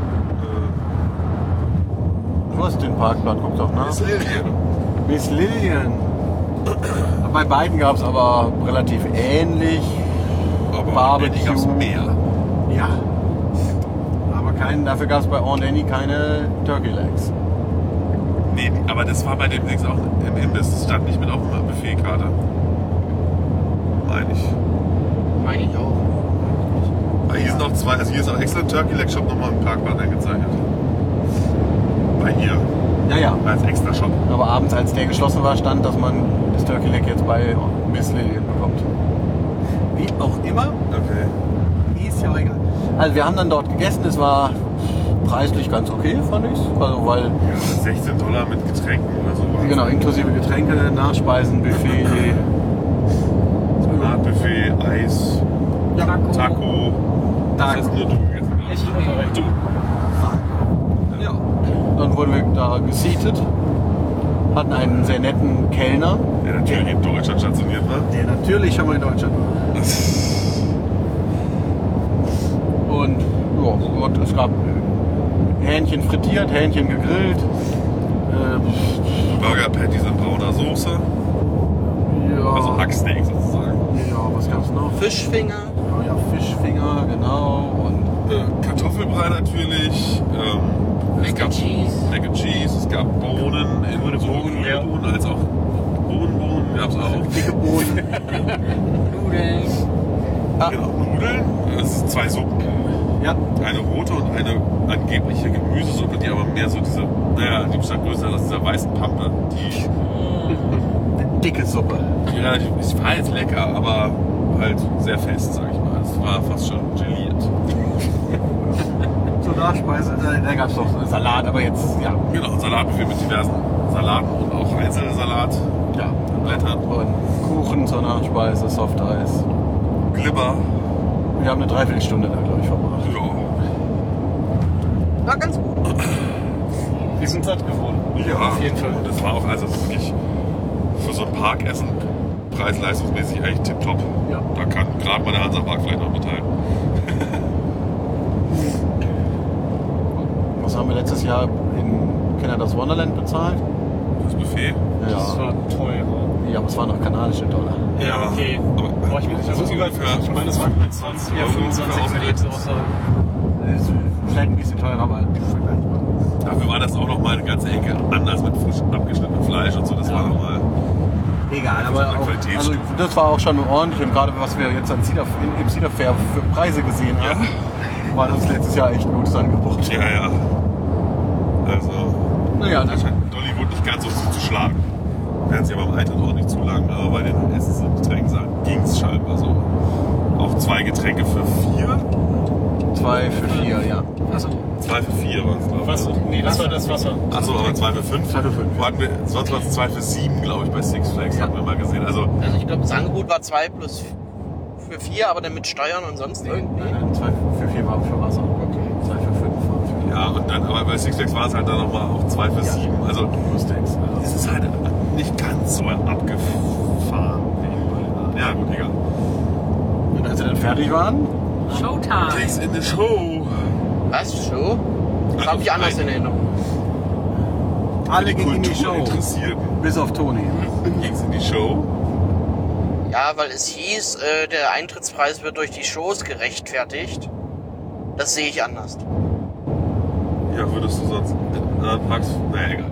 Du hast den Parkplan, guck doch nach. Miss Lillian. Miss Lillian. Bei beiden gab es aber relativ ähnlich. Aber Barbecue. die gab's mehr. Ja. Aber dafür gab es bei Aunt Annie keine Turkey Legs. Nee, aber das war bei dem Dings auch im Imbiss. Das stand nicht mit auf der Buffetkarte. Meine ich. Meine ich auch. Aber hier sind noch zwei, also hier ist auch extra Turkey Leg Shop nochmal im Parkplan eingezeichnet. Bei ihr, Ja. als extra Shop. Aber abends, als der geschlossen war, stand, dass man das Turkey Leg jetzt bei Miss Lillian bekommt. Wie auch immer, Okay. ist ja egal. Also wir haben dann dort gegessen, es war preislich ganz okay, fand ich. Also weil, Ja, $16 mit Getränken oder so. genau, inklusive Getränke, Nachspeisen, Buffet, Salatbuffet, Eis, Taco. Das hast nur du gegessen. Ich Du. Ja. Dann wurden wir da geseatet. hatten einen sehr netten Kellner, Der natürlich in Deutschland stationiert war. der natürlich schon mal in Deutschland war. Und ja, und es gab Hähnchen frittiert, Hähnchen gegrillt. Burger Patties in brauner Soße. Ja, Also Hacksteak sozusagen. ja, was gab's noch? Fischfinger. Ja, Fischfinger, genau. Und Kartoffelbrei natürlich. Mac and Cheese. Mac and Cheese. Es gab Bohnen, in sowohl grüne Bohnen als auch Bohnen gab es auch. dicke Bohnen. Nudeln. Genau, Nudeln. Es sind 2 Suppen. Ja, Eine rote und eine angebliche Gemüsesuppe, die aber mehr so diese, die bestand größer als dieser weißen Pampe. Die dicke Suppe. relativ, es war jetzt lecker, aber halt sehr fest, sag ich mal. Es war fast schon geliert. Zur Nachspeise, da gab es noch Salat, aber jetzt, ja. Genau, ein Salatbuffet mit diversen Salaten und auch Einzelsalat, Ja. Blättern, Und Kuchen zur Nachspeise, Softeis. Glibber. Wir haben eine Dreiviertelstunde da, glaube ich, verbracht. Ja. War ganz gut. Wir sind satt geworden. Ja, Auf jeden Fall. Und das war auch also wirklich für so ein Parkessen preis-leistungsmäßig eigentlich tipptopp. Ja. Da kann gerade mal der Hansapark vielleicht noch mithalten. Was haben wir letztes Jahr in Canada's Wonderland bezahlt? Das Buffet. Das Ja, war teuer. ja, aber es waren noch kanadische Dollar. Ja, Okay. aber Boah, ich bin nicht so über. Ich meine, es waren 20, ja, 25 würde ich so auch sagen. Ist vielleicht ein bisschen teurer, aber vergleichbar. dafür war das auch noch mal eine ganze Ecke anders mit frisch abgeschnittenem Fleisch und so. Das war noch mal. Egal, aber eine auch, Qualitätsstufe. also das war auch schon ordentlich und gerade was wir jetzt an im Cedar Fair für Preise gesehen haben, war das letztes Jahr echt ein gutes Angebot. Ja, ja. Also, Naja, da scheint Dollywood nicht ganz so zuzuschlagen. Während sie aber im Eintritt auch nicht zulangen, aber bei den Essens- und Getränken ging es scheinbar so. Auch 2 Getränke für 4. 2 für 4, ja. Also 2 für 4 waren es, glaube ich. Was? Nee, das war das Wasser. Achso, aber 2 für 5. 2 für 5. Wo hatten wir, sonst war es 2 für 7, glaube ich, bei Six Flags, hatten wir mal gesehen. Also, Also ich glaube, das Angebot war 2 plus für 4, aber dann mit Steuern und sonst irgendwie. Nein, 2 für 4 war für Wasser. Okay. 2 für 5 war für ja, und dann, aber bei Six Flags war es halt dann nochmal auch 2 für 7. Also, Mustangs. es ist halt nicht ganz so abgefahren wie überall. Ja, gut, egal. Und als sie dann fertig waren, Showtime. Takes in the Show. Was? So? Das habe ich anders in Erinnerung. alle gingen in die Show. Interessierten. Bis auf Toni. Ging's in die Show? Ja, weil es hieß, der Eintrittspreis wird durch die Shows gerechtfertigt. Das sehe ich anders. Ja, würdest du sonst in anderen Parks... Naja, egal.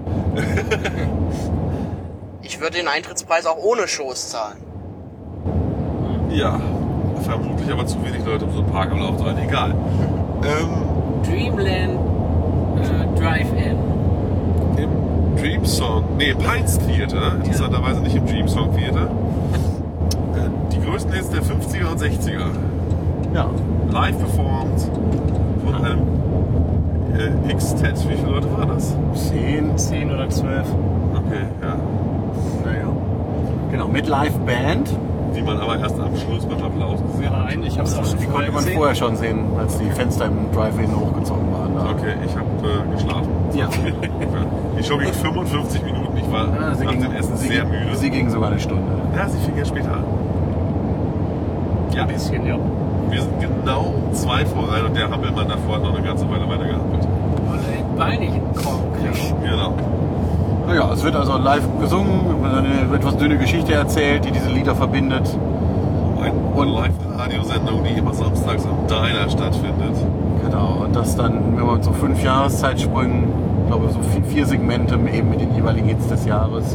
Ich würde den Eintrittspreis auch ohne Shows zahlen. Ja, vermutlich aber zu wenig Leute, um so einen Park am Laufen zu halten. Egal. Dreamland Drive-In. Im Dream Song, nee, im Heinz Theater, interessanterweise nicht im Dream Song Theater. Die größten Hits der 50er und 60er. Ja. Live performed von einem X-Tet. Wie viele Leute waren das? 10. 10 oder 12. Okay, ja. Naja. Genau, mit Live-Band. Die man aber erst am Schluss beim Applaus gesehen hat. Nein, ich habe es auch schon Die konnte vorher man gesehen. vorher schon sehen, als die Fenster im Drive-In hochgezogen waren. Da. Okay, ich habe geschlafen. Ja. Die Show ging 55 Minuten. Ich war Ja, nach dem Essen sehr müde. Sie ging sogar eine Stunde. Ja, sie fing ja später an. Ja, Ein bisschen, ja. wir sind genau 2 vor rein und der Hampelmann davor hat noch eine ganze Weile weiter gehampelt. Weil er den Bein nicht in den Korb kriegt. Genau. Naja, es wird also live gesungen, eine etwas dünne Geschichte erzählt, die diese Lieder verbindet. Eine Live-Radiosendung, die immer samstags am Diner stattfindet. Genau, und das dann, wenn man so 5 Jahreszeitsprüngen, ich glaube so 4 Segmente eben mit den jeweiligen Hits des Jahres,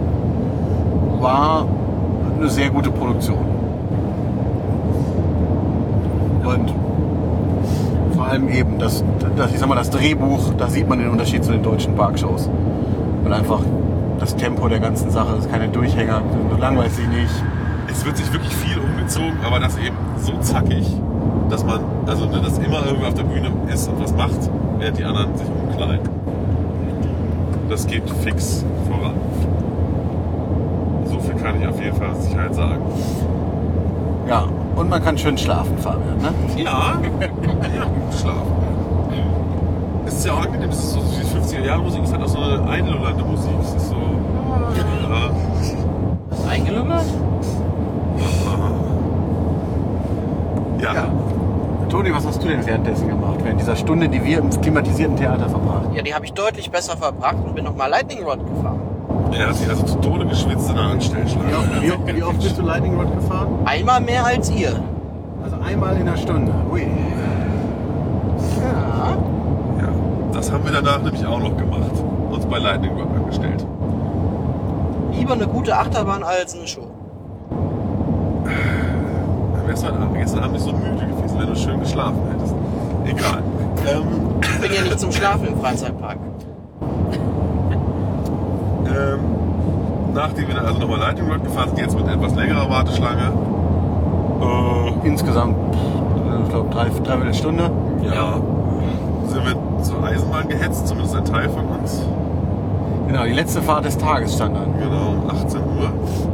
war eine sehr gute Produktion. Und vor allem eben das ich sag mal, das Drehbuch, da sieht man den Unterschied zu den deutschen Parkshows. Weil einfach das Tempo der ganzen Sache, das ist keine Durchhänger, du langweilst sie nicht. Es wird sich wirklich viel umgezogen, aber das eben so zackig, dass man, also dass immer irgendwer auf der Bühne ist und was macht, während die anderen sich umkleiden. Das geht fix voran. So viel kann ich auf jeden Fall mit Sicherheit sagen. Ja, und man kann schön schlafen, Fabian, ne? Ja, ja, gut schlafen. Es ist ja auch angenehm, es ist so wie 50er Jahre Musik, es hat auch so eine einlullernde Musik. Es ist so Toni, was hast du denn währenddessen gemacht? Während dieser Stunde, die wir im klimatisierten Theater verbracht? Ja, die habe ich deutlich besser verbracht und bin nochmal Lightning Rod gefahren. Er hat sich also zu Tode geschwitzt in einer Anstellschlange. Wie oft bist du Lightning Rod gefahren? Einmal mehr als ihr. Also einmal in der Stunde. Ui. Ja. Ja, das haben wir danach nämlich auch noch gemacht. Uns bei Lightning Rod angestellt. Lieber eine gute Achterbahn als eine Show. Gestern Abend nicht so müde gewesen, wenn du schön geschlafen hättest. Egal. Ich bin ja nicht zum Schlafen im Freizeitpark. Nachdem wir dann also nochmal Lightning Rod gefahren sind, jetzt mit etwas längerer Warteschlange. Insgesamt, ich glaube, dreiviertel Stunde. Ja. Sind wir zur Eisenbahn gehetzt, zumindest ein Teil von uns. Genau, die letzte Fahrt des Tages stand an. Genau, um 18 Uhr.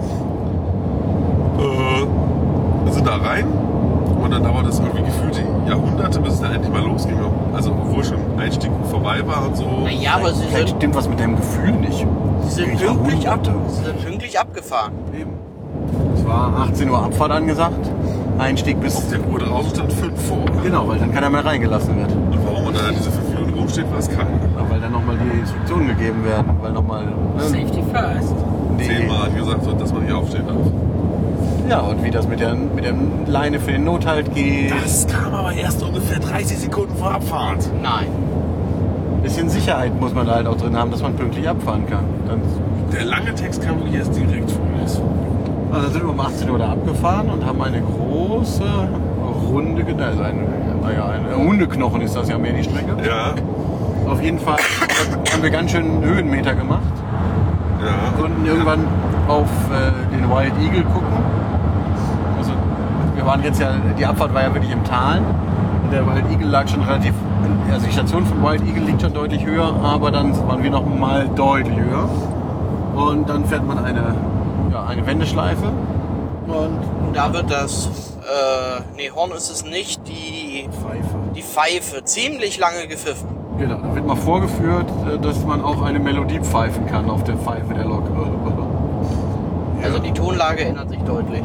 Wir sind da rein und dann dauert es irgendwie gefühlte Jahrhunderte, bis es dann endlich mal losging. Also obwohl schon Einstieg vorbei war und so. Naja, aber Vielleicht stimmt was mit deinem Gefühl nicht. sie sind pünktlich abgefahren. Eben. Es war 18 Uhr Abfahrt angesagt. Einstieg bis... Der Uhr draußen stand 5 vor. Genau, weil dann keiner mehr reingelassen wird. Und warum man dann diese 5 Minuten rumsteht, weiß keiner. Ja, weil dann nochmal die Instruktionen gegeben werden. Weil nochmal... Safety first. 10-mal gesagt wird, dass man hier aufstehen darf. Ja, und wie das mit der Leine für den Nothalt geht. Das kam aber erst ungefähr 30 Sekunden vor Abfahrt. Nein. Ein bisschen Sicherheit muss man da halt auch drin haben, dass man pünktlich abfahren kann. Dann, Der lange Text kam wirklich erst direkt vor uns. also dann sind wir um 18 Uhr da abgefahren und haben eine große Runde, also eine Hundeknochen ist das ja mehr die Strecke. Ja, Auf jeden Fall haben wir ganz schön Höhenmeter gemacht. ja. Konnten irgendwann auf den Wild Eagle gucken. Also wir waren jetzt ja, die Abfahrt war ja wirklich im Tal. Und der Wild Eagle lag schon relativ, also die Station von Wild Eagle liegt schon deutlich höher, aber dann waren wir noch mal deutlich höher. Und dann fährt man eine Wendeschleife. Und Da wird das, Horn ist es nicht, die Pfeife ziemlich lange gepfiffen. Genau, da wird mal vorgeführt, dass man auch eine Melodie pfeifen kann auf der Pfeife der Lok. Also die Tonlage ändert sich deutlich.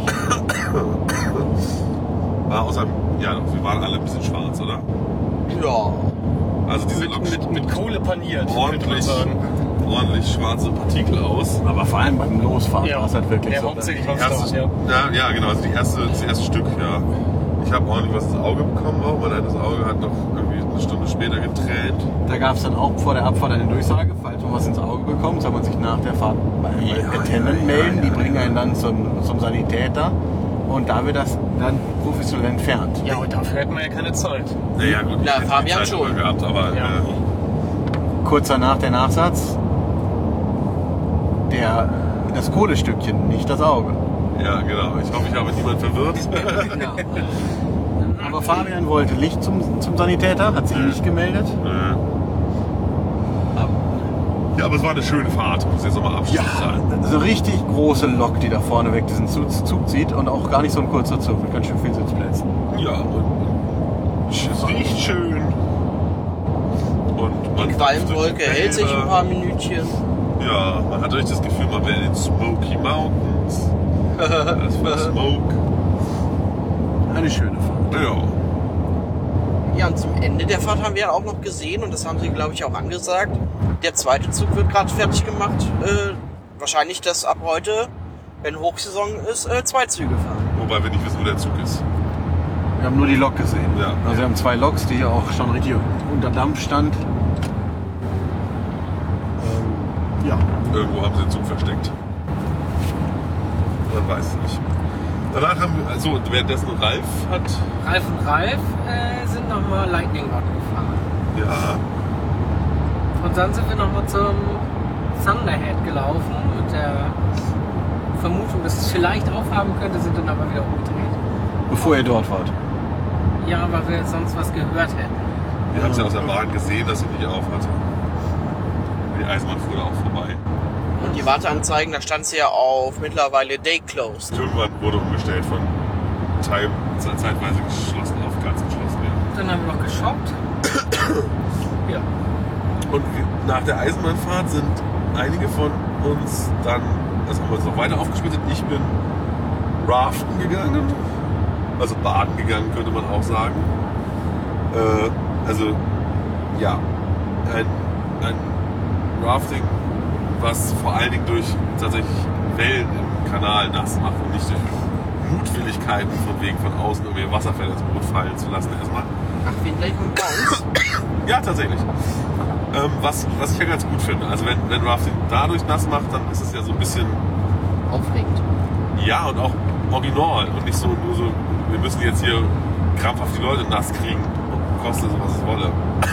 War außer, ja, wir waren alle ein bisschen schwarz, oder? Ja. Also diese Lok Mit Kohle paniert, könnte man ordentlich, sagen. ordentlich schwarze Partikel aus. Aber vor allem beim Losfahren war es halt wirklich ja, so. hauptsächlich was Erste, da, ja. ja, genau, also das erste Stück, ja. Ich habe ordentlich was ins Auge bekommen auch. Mein eines Auge hat noch irgendwie eine Stunde später getränt. Da gab es dann auch vor der Abfahrt eine Durchsage, falls man was ins Auge bekommt, soll man sich nach der Fahrt bei einem Attendant melden. Die bringen einen dann zum Sanitäter und da wird das dann professionell entfernt. Ja, und dafür hätten wir ja keine Zeit. Naja, gut, ich Ja, hätte die Fabian Zeit schon. drüber gehabt, aber Ja. Kurz danach der Nachsatz, das Kohlestückchen, nicht das Auge. ja, genau. Ich hoffe, ich habe niemand verwirrt. Ja. Aber Fabian wollte nicht zum Sanitäter, hat sich nicht gemeldet. Ja, aber es war eine schöne Fahrt, muss ich jetzt nochmal abschließend sagen. So eine richtig große Lok, die da vorne weg diesen Zug zieht und auch gar nicht so ein kurzer Zug mit ganz schön vielen Sitzplätzen. Ja, und es riecht schön. Und man Die Qualmwolke durch die hält sich Wälder. ein paar Minütchen. Ja, man hat richtig das Gefühl, man wäre in den Smoky Mountains. Das war Smoke. Eine schöne Fahrt. Ja. Ja, und zum Ende der Fahrt haben wir auch noch gesehen, und das haben sie, glaube ich, auch angesagt, der zweite Zug wird gerade fertig gemacht. Wahrscheinlich, dass ab heute, wenn Hochsaison ist, 2 Züge fahren. Wobei wir nicht wissen, wo der Zug ist. Wir haben nur die Lok gesehen. Ja. Also wir haben 2 Loks, die auch schon richtig unter Dampf stand. Ja. Irgendwo haben sie den Zug versteckt. Man weiß es nicht. Danach haben wir, also währenddessen Ralf hat, Ralf und Ralf sind nochmal Lightning Rod gefahren. ja, Und dann sind wir nochmal zum Thunderhead gelaufen mit der Vermutung, dass es vielleicht aufhaben könnte, sind dann aber wieder umgedreht. Bevor ihr dort wart. Ja, weil wir sonst was gehört hätten. wir haben es ja aus der Bahn gesehen, dass sie nicht auf hatte. Die Eisenbahn fuhr da auch vorbei. Und die Warteanzeigen, da stand sie ja auf mittlerweile Day Closed. Irgendwann wurde umgestellt von zeitweise geschlossen auf ganz geschlossen. Ja. Dann haben wir noch geshoppt. Ja. Und nach der Eisenbahnfahrt sind einige von uns dann, also haben wir uns noch weiter aufgesplittet. Ich bin raften gegangen, also baden gegangen, könnte man auch sagen. Also, ja, ein Rafting, was vor allen Dingen durch tatsächlich Wellen im Kanal nass macht und nicht durch Mutwilligkeiten von wegen von außen irgendwie Wasserfälle ins Boot fallen zu lassen erstmal. Ach, wen gleich mit Bounce? Ja, tatsächlich. Was ich ja ganz gut finde. Also wenn Rafting dadurch nass macht, dann ist es ja so ein bisschen Aufregend. ja und auch original und nicht so nur so, wir müssen jetzt hier krampfhaft die Leute nass kriegen, koste so was es wolle.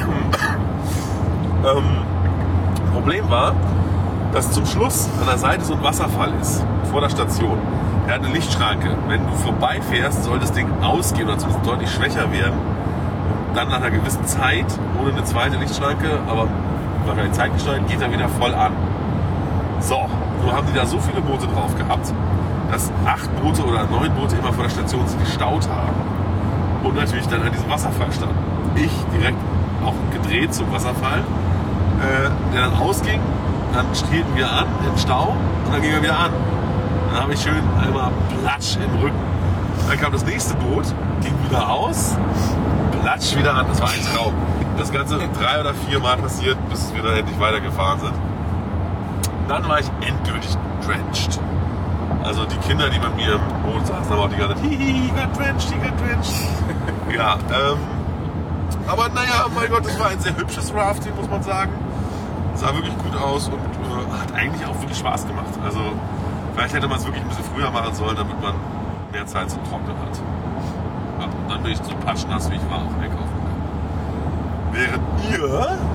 Problem war, dass zum Schluss an der Seite so ein Wasserfall ist, vor der Station. Er hat eine Lichtschranke. Wenn du vorbeifährst, soll das Ding ausgehen oder zumindest deutlich schwächer werden. Und dann nach einer gewissen Zeit, ohne eine zweite Lichtschranke, aber nach einer Zeit gesteuert, geht er wieder voll an. So, nur haben die da so viele Boote drauf gehabt, dass 8 Boote oder 9 Boote immer vor der Station sich gestaut haben. Und natürlich dann an diesem Wasserfall standen. Ich direkt auch gedreht zum Wasserfall, der dann ausging. Dann hielten wir an im Stau und dann ging er wieder an. Dann habe ich schön einmal Platsch im Rücken. Dann kam das nächste Boot, ging wieder aus, Platsch wieder an. Das war ein Traum. Das Ganze 3 oder 4 Mal passiert, bis wir dann endlich weitergefahren sind. Dann war ich endgültig drenched. Also die Kinder, die bei mir im Boot saßen, haben auch die ganze Zeit, hihi, he got drenched. Ja, aber naja, mein Gott, das war ein sehr hübsches Rafting, muss man sagen. Sah wirklich gut aus und hat eigentlich auch wirklich Spaß gemacht. Also vielleicht hätte man es wirklich ein bisschen früher machen sollen, damit man mehr Zeit zum Trocknen hat. Ja, und dann bin ich so patschnass, wie ich war, auch einkaufen gegangen. Während ihr...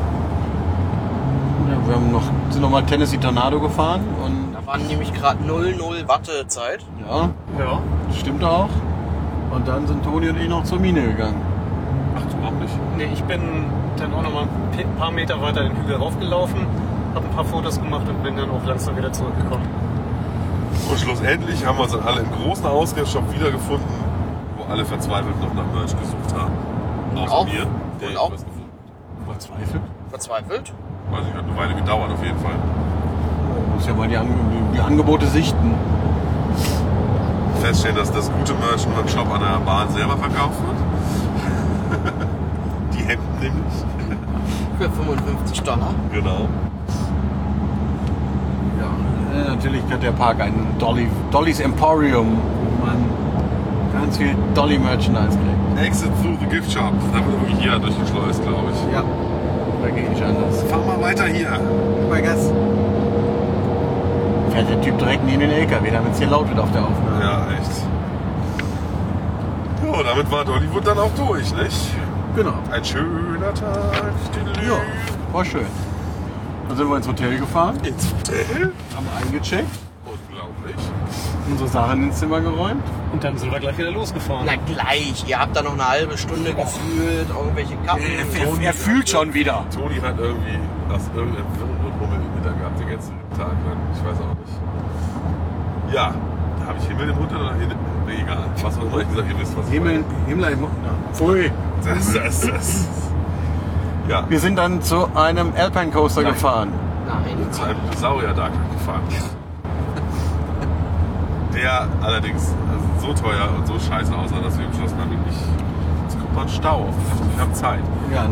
Ja, wir sind noch mal Tennessee Tornado gefahren und Da waren nämlich gerade 0,0 Wartezeit. ja, Ja. stimmt auch. Und dann sind Toni und ich noch zur Mine gegangen. Ach, du auch nicht. Nee, ich bin dann auch noch mal ein paar Meter weiter den Hügel raufgelaufen, habe ein paar Fotos gemacht und bin dann auch langsam wieder zurückgekommen. Und schlussendlich haben wir uns dann alle im großen Ausgangsshop wiedergefunden, wo alle verzweifelt noch nach Merch gesucht haben. Außer auch- mir, der und auch- was gefunden Verzweifelt? Verzweifelt? hat. Weiß nicht, hat eine Weile gedauert auf jeden Fall. Muss ja mal die Angebote sichten. Feststellen, dass das gute Merch nur im Shop an der Bahn selber verkauft wird. Die Hemden nämlich. Für $55. Genau. Ja, natürlich hat der Park einen Dollys Emporium, wo man ganz viel Dolly-Merchandise kriegt. Exit through the gift shop. Da wird wirklich jeder durchgeschleust, glaube ich. Ja, da geht nicht anders. Fahr mal weiter hier. Bei Gas. Fährt der Typ direkt neben den LKW, damit es hier laut wird auf der Aufnahme. Ja, echt. So, damit war Dollywood dann auch durch, nicht? Genau. Ein schöner Tag. Ja, war schön. Dann sind wir ins Hotel gefahren, Ins Hotel? haben eingecheckt, Unglaublich. unsere Sachen ins Zimmer geräumt. Und dann sind wir gleich wieder losgefahren. Na gleich, ihr habt da noch eine halbe Stunde gefühlt, irgendwelche Kappen. Er fühlt schon wieder. Toni hat irgendwie aus irgendeinem Rummel im Mittag gehabt, den ganzen Tag lang. Ich weiß auch nicht. Ja, da habe ich Himmel im Mund oder Himmel? Nee, egal. Was auch immer ich gesagt, ihr wisst, was ich Himmel im Mund. Pfui. meine. Das. Ja, Wir sind dann zu einem Alpine Coaster gefahren. Nein. zu einem Dinosaurier-Tag gefahren. Der allerdings so teuer und so scheiße aussah, dass wir beschlossen haben, nicht. Jetzt kommt mal ein Stau. Wir haben Zeit. Ja,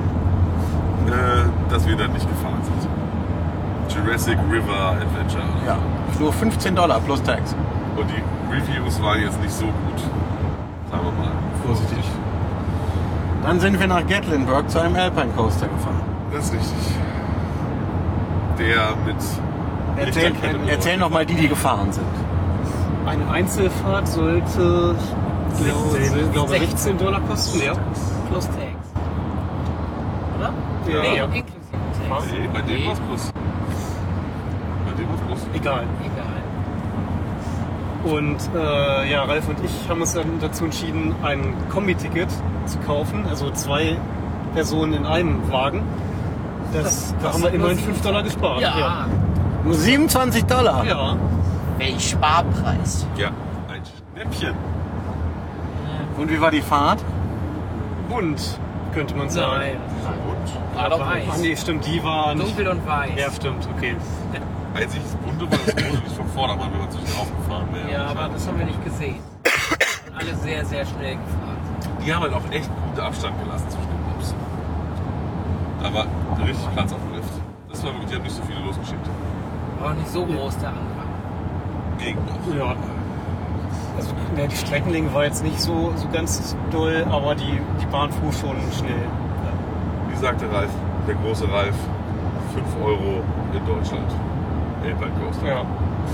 Dass wir dann nicht gefahren sind. Jurassic River Adventure. ja. Nur $15 plus Tax. Und die Reviews waren jetzt nicht so gut. Sagen wir mal. Vorsichtig. Dann sind wir nach Gatlinburg zu einem Alpine Coaster gefahren. Das ist richtig. Der mit Lichterkette Erzähl noch mal die gefahren sind. Eine Einzelfahrt sollte, ich glaube, $16 kosten. Ja. Plus Tax. Oder? Ja. Nee, inklusive Tax. Nee, bei dem war's plus. Bei dem war's plus. Egal. Egal. Und ja, Ralf und ich haben uns dann dazu entschieden, ein Kombi-Ticket zu kaufen, also 2 Personen in einem Wagen. Da haben wir immerhin $5 gespart. Ja. Nur $27. Ja. Welch Sparpreis. Ja, ein Schnäppchen. Und wie war die Fahrt? Bunt, könnte man sagen. Nein. Und War doch Ach weiß. nee, stimmt, die war nicht. Dunkel und weiß. Ja, stimmt, okay. einzig das Bunte war das Rote nicht vom Vordermann, wenn man zwischen aufgefahren wäre. Ja, aber das haben wir nicht gesehen. Alle sehr, sehr schnell gefahren. die haben halt auch echt guten Abstand gelassen zwischen den Bobs. Da war richtig Platz auf dem Lift. Das war wirklich, die haben nicht so viele losgeschickt. War auch nicht so groß der Anfang. Gegen noch. Ja. Also ne, die Streckenlänge war jetzt nicht so ganz doll, aber die Bahn fuhr schon schnell. Wie sagte Ralf, der große Ralf, 5 Euro in Deutschland. Alpine Coaster. Ja.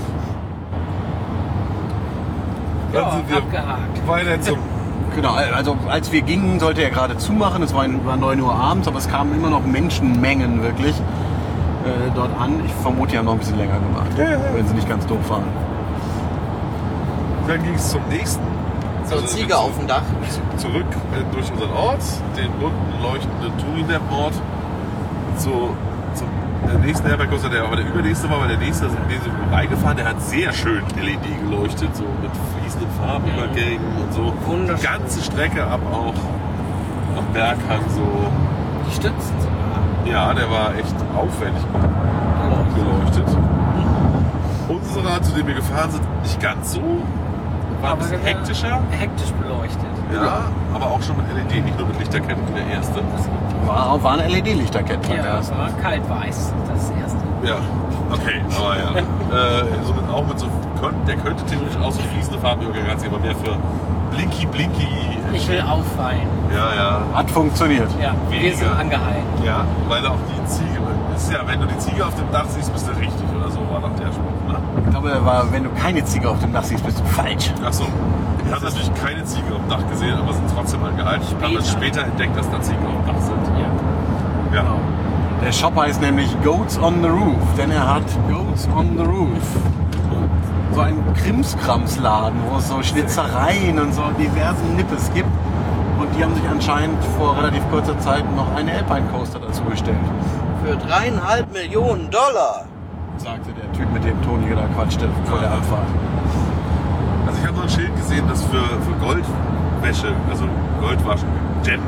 Dann Ja, sind wir abgehakt. weiter zum. Genau, also als wir gingen, sollte er gerade zumachen. Es war 9 Uhr abends, aber es kamen immer noch Menschenmengen wirklich dort an. Ich vermute, die haben noch ein bisschen länger gemacht, wenn sie nicht ganz doof waren. Dann ging es zum nächsten. So Ziege auf dem Dach. Zurück durch unseren Ort, den unten leuchtenden Tourinap-Ort, zum nächsten Airback Coaster, der aber der übernächste war, weil der nächste, den sind wir reingefahren, der hat sehr schön LED geleuchtet, so mit fließenden Farbübergängen und so. Wunderschön. Die ganze Strecke ab auch am Berghang so. Die Stützen sogar. Ja, der war echt aufwendig geleuchtet. Unserer, zu dem wir gefahren sind, nicht ganz so. War ein bisschen hektischer. Hektisch beleuchtet. Ja, aber auch schon mit LED, nicht nur mit Lichterketten wie der erste. War eine LED-Lichterkette. Ja, es war kaltweiß, das erste. Ja, okay, aber ja. Auch mit so, der könnte theoretisch auch so fließende Farbübergänge, hat sich aber mehr für Blinky. Ich will auffallen. Ja. Hat funktioniert. Ja, wir Weniger. sind angehalten. Ja, weil auch die Ziege, ist ja, wenn du die Ziege auf dem Dach siehst, bist du richtig oder so, war doch der Spruch, ne? Ich glaube, wenn du keine Ziege auf dem Dach siehst, bist du falsch. Achso, wir haben natürlich keine Ziege auf dem Dach gesehen, aber sind trotzdem angehalten. Haben dann später entdeckt, dass da Ziegen auf dem Dach sind. Ja. Ja. Der Shop heißt nämlich Goats on the Roof, denn er hat Goats on the Roof. So ein Krimskramsladen, wo es so Schnitzereien und so diversen Nippes gibt. Und die haben sich anscheinend vor relativ kurzer Zeit noch einen Alpine Coaster dazu gestellt. Für 3,5 Millionen $, Sagte der Typ, mit dem Toni da quatschte vor der Abfahrt. Also ich habe noch ein Schild gesehen, das für Goldwäsche, also Goldwaschen, Gem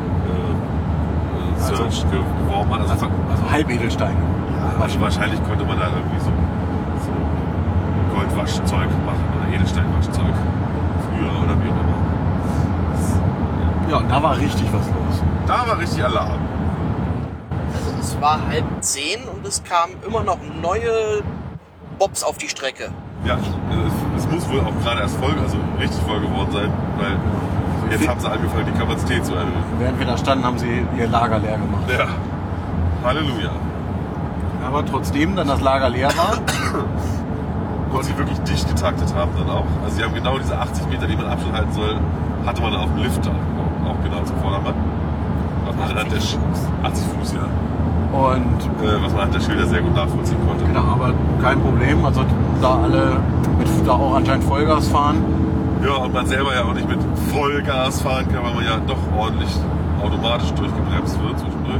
Search geworben hat. Also Halbedelsteine. Ja, wahrscheinlich konnte man da irgendwie so Goldwaschzeug machen oder Edelsteinwaschzeug. Früher oder wie auch immer. Ja, und da war richtig was los. Da war richtig Alarm. Also es war 9:30 und es kamen immer noch neue Bobs auf die Strecke. Ja, es muss wohl auch gerade erst voll, also richtig voll geworden sein, weil jetzt haben sie angefangen, die Kapazität zu erhöhen. Während wir da standen, haben sie ihr Lager leer gemacht. Ja, Halleluja. Aber trotzdem dann das Lager leer war, Und sie wirklich dicht getaktet haben dann auch. Also sie haben genau diese 80 Meter, die man Abstand halten soll, hatte man auf dem Lift da. Auch genau zum Vordermann. Was man anhand der 80 Fuß, ja. und Was man anhand der Schilder sehr gut nachvollziehen konnte. genau, aber kein Problem. Also da alle da auch anscheinend Vollgas fahren. Ja, und man selber ja auch nicht mit Vollgas fahren kann, weil man ja doch ordentlich automatisch durchgebremst wird zwischendurch.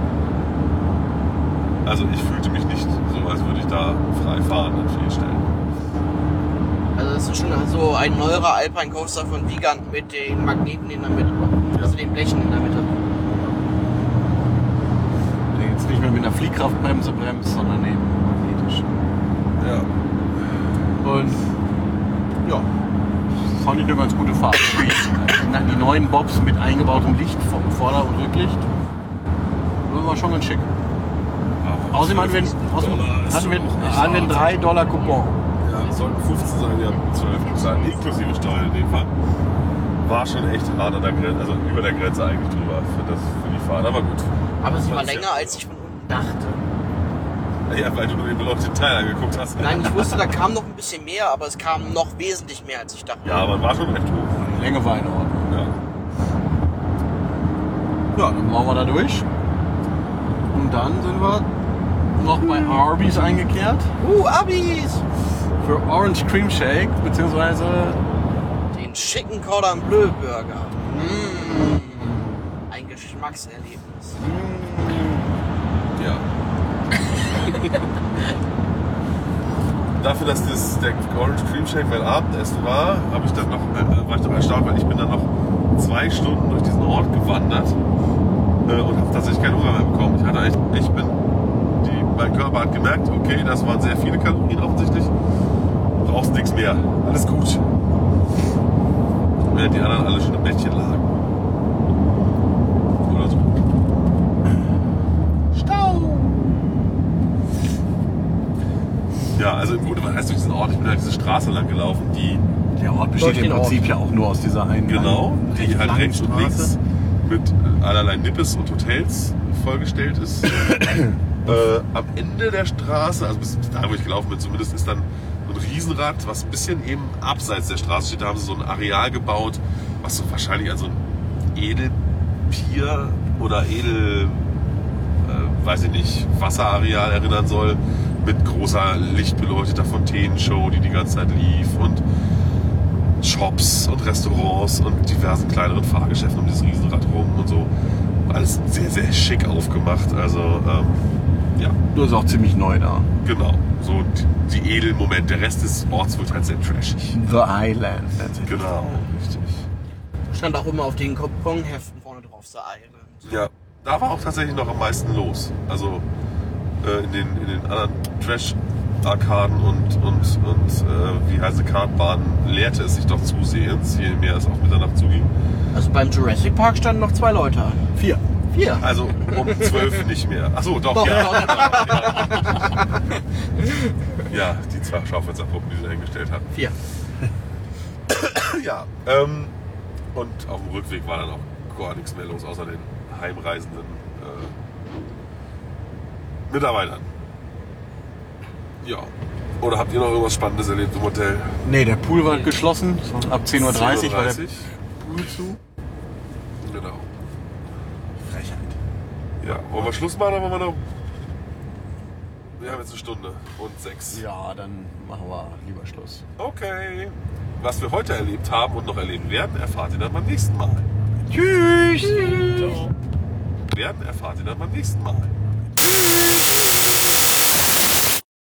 Also ich fühlte mich nicht so, als würde ich da frei fahren an vielen Stellen. Also das ist schon so ein neuerer Alpine Coaster von Wiegand mit den Magneten in der Mitte. Also den Blechen in der Mitte. Der jetzt nicht mehr mit einer Fliehkraftbremse bremst, sondern eben magnetisch. Ja. Und ja, das fand ich eine ganz gute Fahrt. Die neuen Bobs mit eingebautem Licht, Vorder- und Rücklicht. Das war schon ganz schick. Außerdem hatten wir einen $3 Coupon. Ja, es sollten 15 sein, wir haben 12 gezahlt, inklusive Steuern in dem Fall. War schon echt hart an der Grenze, also über der Grenze eigentlich drüber für die Fahrt, aber gut. Aber sie war länger, als ich von unten dachte. Ja, weil du nur den beleuchteten Teil angeguckt hast. Nein, ich wusste, da kam noch ein bisschen mehr, aber es kam noch wesentlich mehr, als ich dachte. Ja, aber war schon recht hoch. Die Länge war in Ordnung. Ja. Ja, dann waren wir da durch. Und dann sind wir noch bei Arby's eingekehrt. Abis! Für Orange Cream Shake, beziehungsweise Den schicken Cordon Bleu Burger. Ein Geschmackserlebnis. Ja. Dafür, dass das der Orange Cream Shake mein Abendessen war, war ich doch erstaunt, weil ich bin dann noch 2 Stunden durch diesen Ort gewandert und habe tatsächlich keinen Hunger mehr bekommen. Mein Körper hat gemerkt, okay, das waren sehr viele Kalorien offensichtlich. Brauchst nichts mehr. Alles gut. Während die anderen alle schon im Bettchen lagen. Ja, also im Grunde, was heißt durch diesen Ort? Ich bin halt diese Straße lang gelaufen, die Der Ort besteht im Prinzip ja auch nur aus dieser einen. genau, die recht halt langen rechts und Straße. links mit allerlei Nippes und Hotels vollgestellt ist. Am Ende der Straße, also bis da, wo ich gelaufen bin zumindest, ist dann ein Riesenrad, was ein bisschen eben abseits der Straße steht. Da haben sie so ein Areal gebaut, was so wahrscheinlich an so ein Edelpier oder weiß ich nicht, Wasserareal erinnern soll, mit großer lichtbeleuchteter Fontänenshow, die ganze Zeit lief, und Shops und Restaurants und diversen kleineren Fahrgeschäften um dieses Riesenrad rum und so. Alles sehr, sehr schick aufgemacht. Also, ja, Du ist auch ziemlich neu da. genau. So die Edelmoment. Der Rest des Orts wird halt sehr trashig. The Island. Genau, richtig. Stand auch immer auf den Kong-Heften vorne drauf, The Island. Ja, da war auch tatsächlich noch am meisten los. Also in den anderen Trash-Arkaden und wie heiße Kartbahnen leerte es sich doch zusehends, je mehr es auf Mitternacht zuging. Also beim Jurassic Park standen noch 2 Leute. 4. 4. Also um 12 nicht mehr. Achso, doch, ja. Ja, die 2 Schaufensterpuppen, die sie hingestellt hatten. 4. Ja, und auf dem Rückweg war dann auch gar nichts mehr los, außer den heimreisenden Mitarbeitern. Ja. Oder habt ihr noch irgendwas Spannendes erlebt im Hotel? Nee, der Pool war geschlossen. So ab 10:30 Uhr war der 10:30 Pool zu. Genau. Frechheit. Ja, wollen wir Schluss machen oder wollen wir noch? Wir haben jetzt 1 Stunde und 6. Ja, dann machen wir lieber Schluss. Okay. Was wir heute erlebt haben und noch erleben werden, erfahrt ihr dann beim nächsten Mal. Tschüss! Werden erfahrt ihr dann beim nächsten Mal.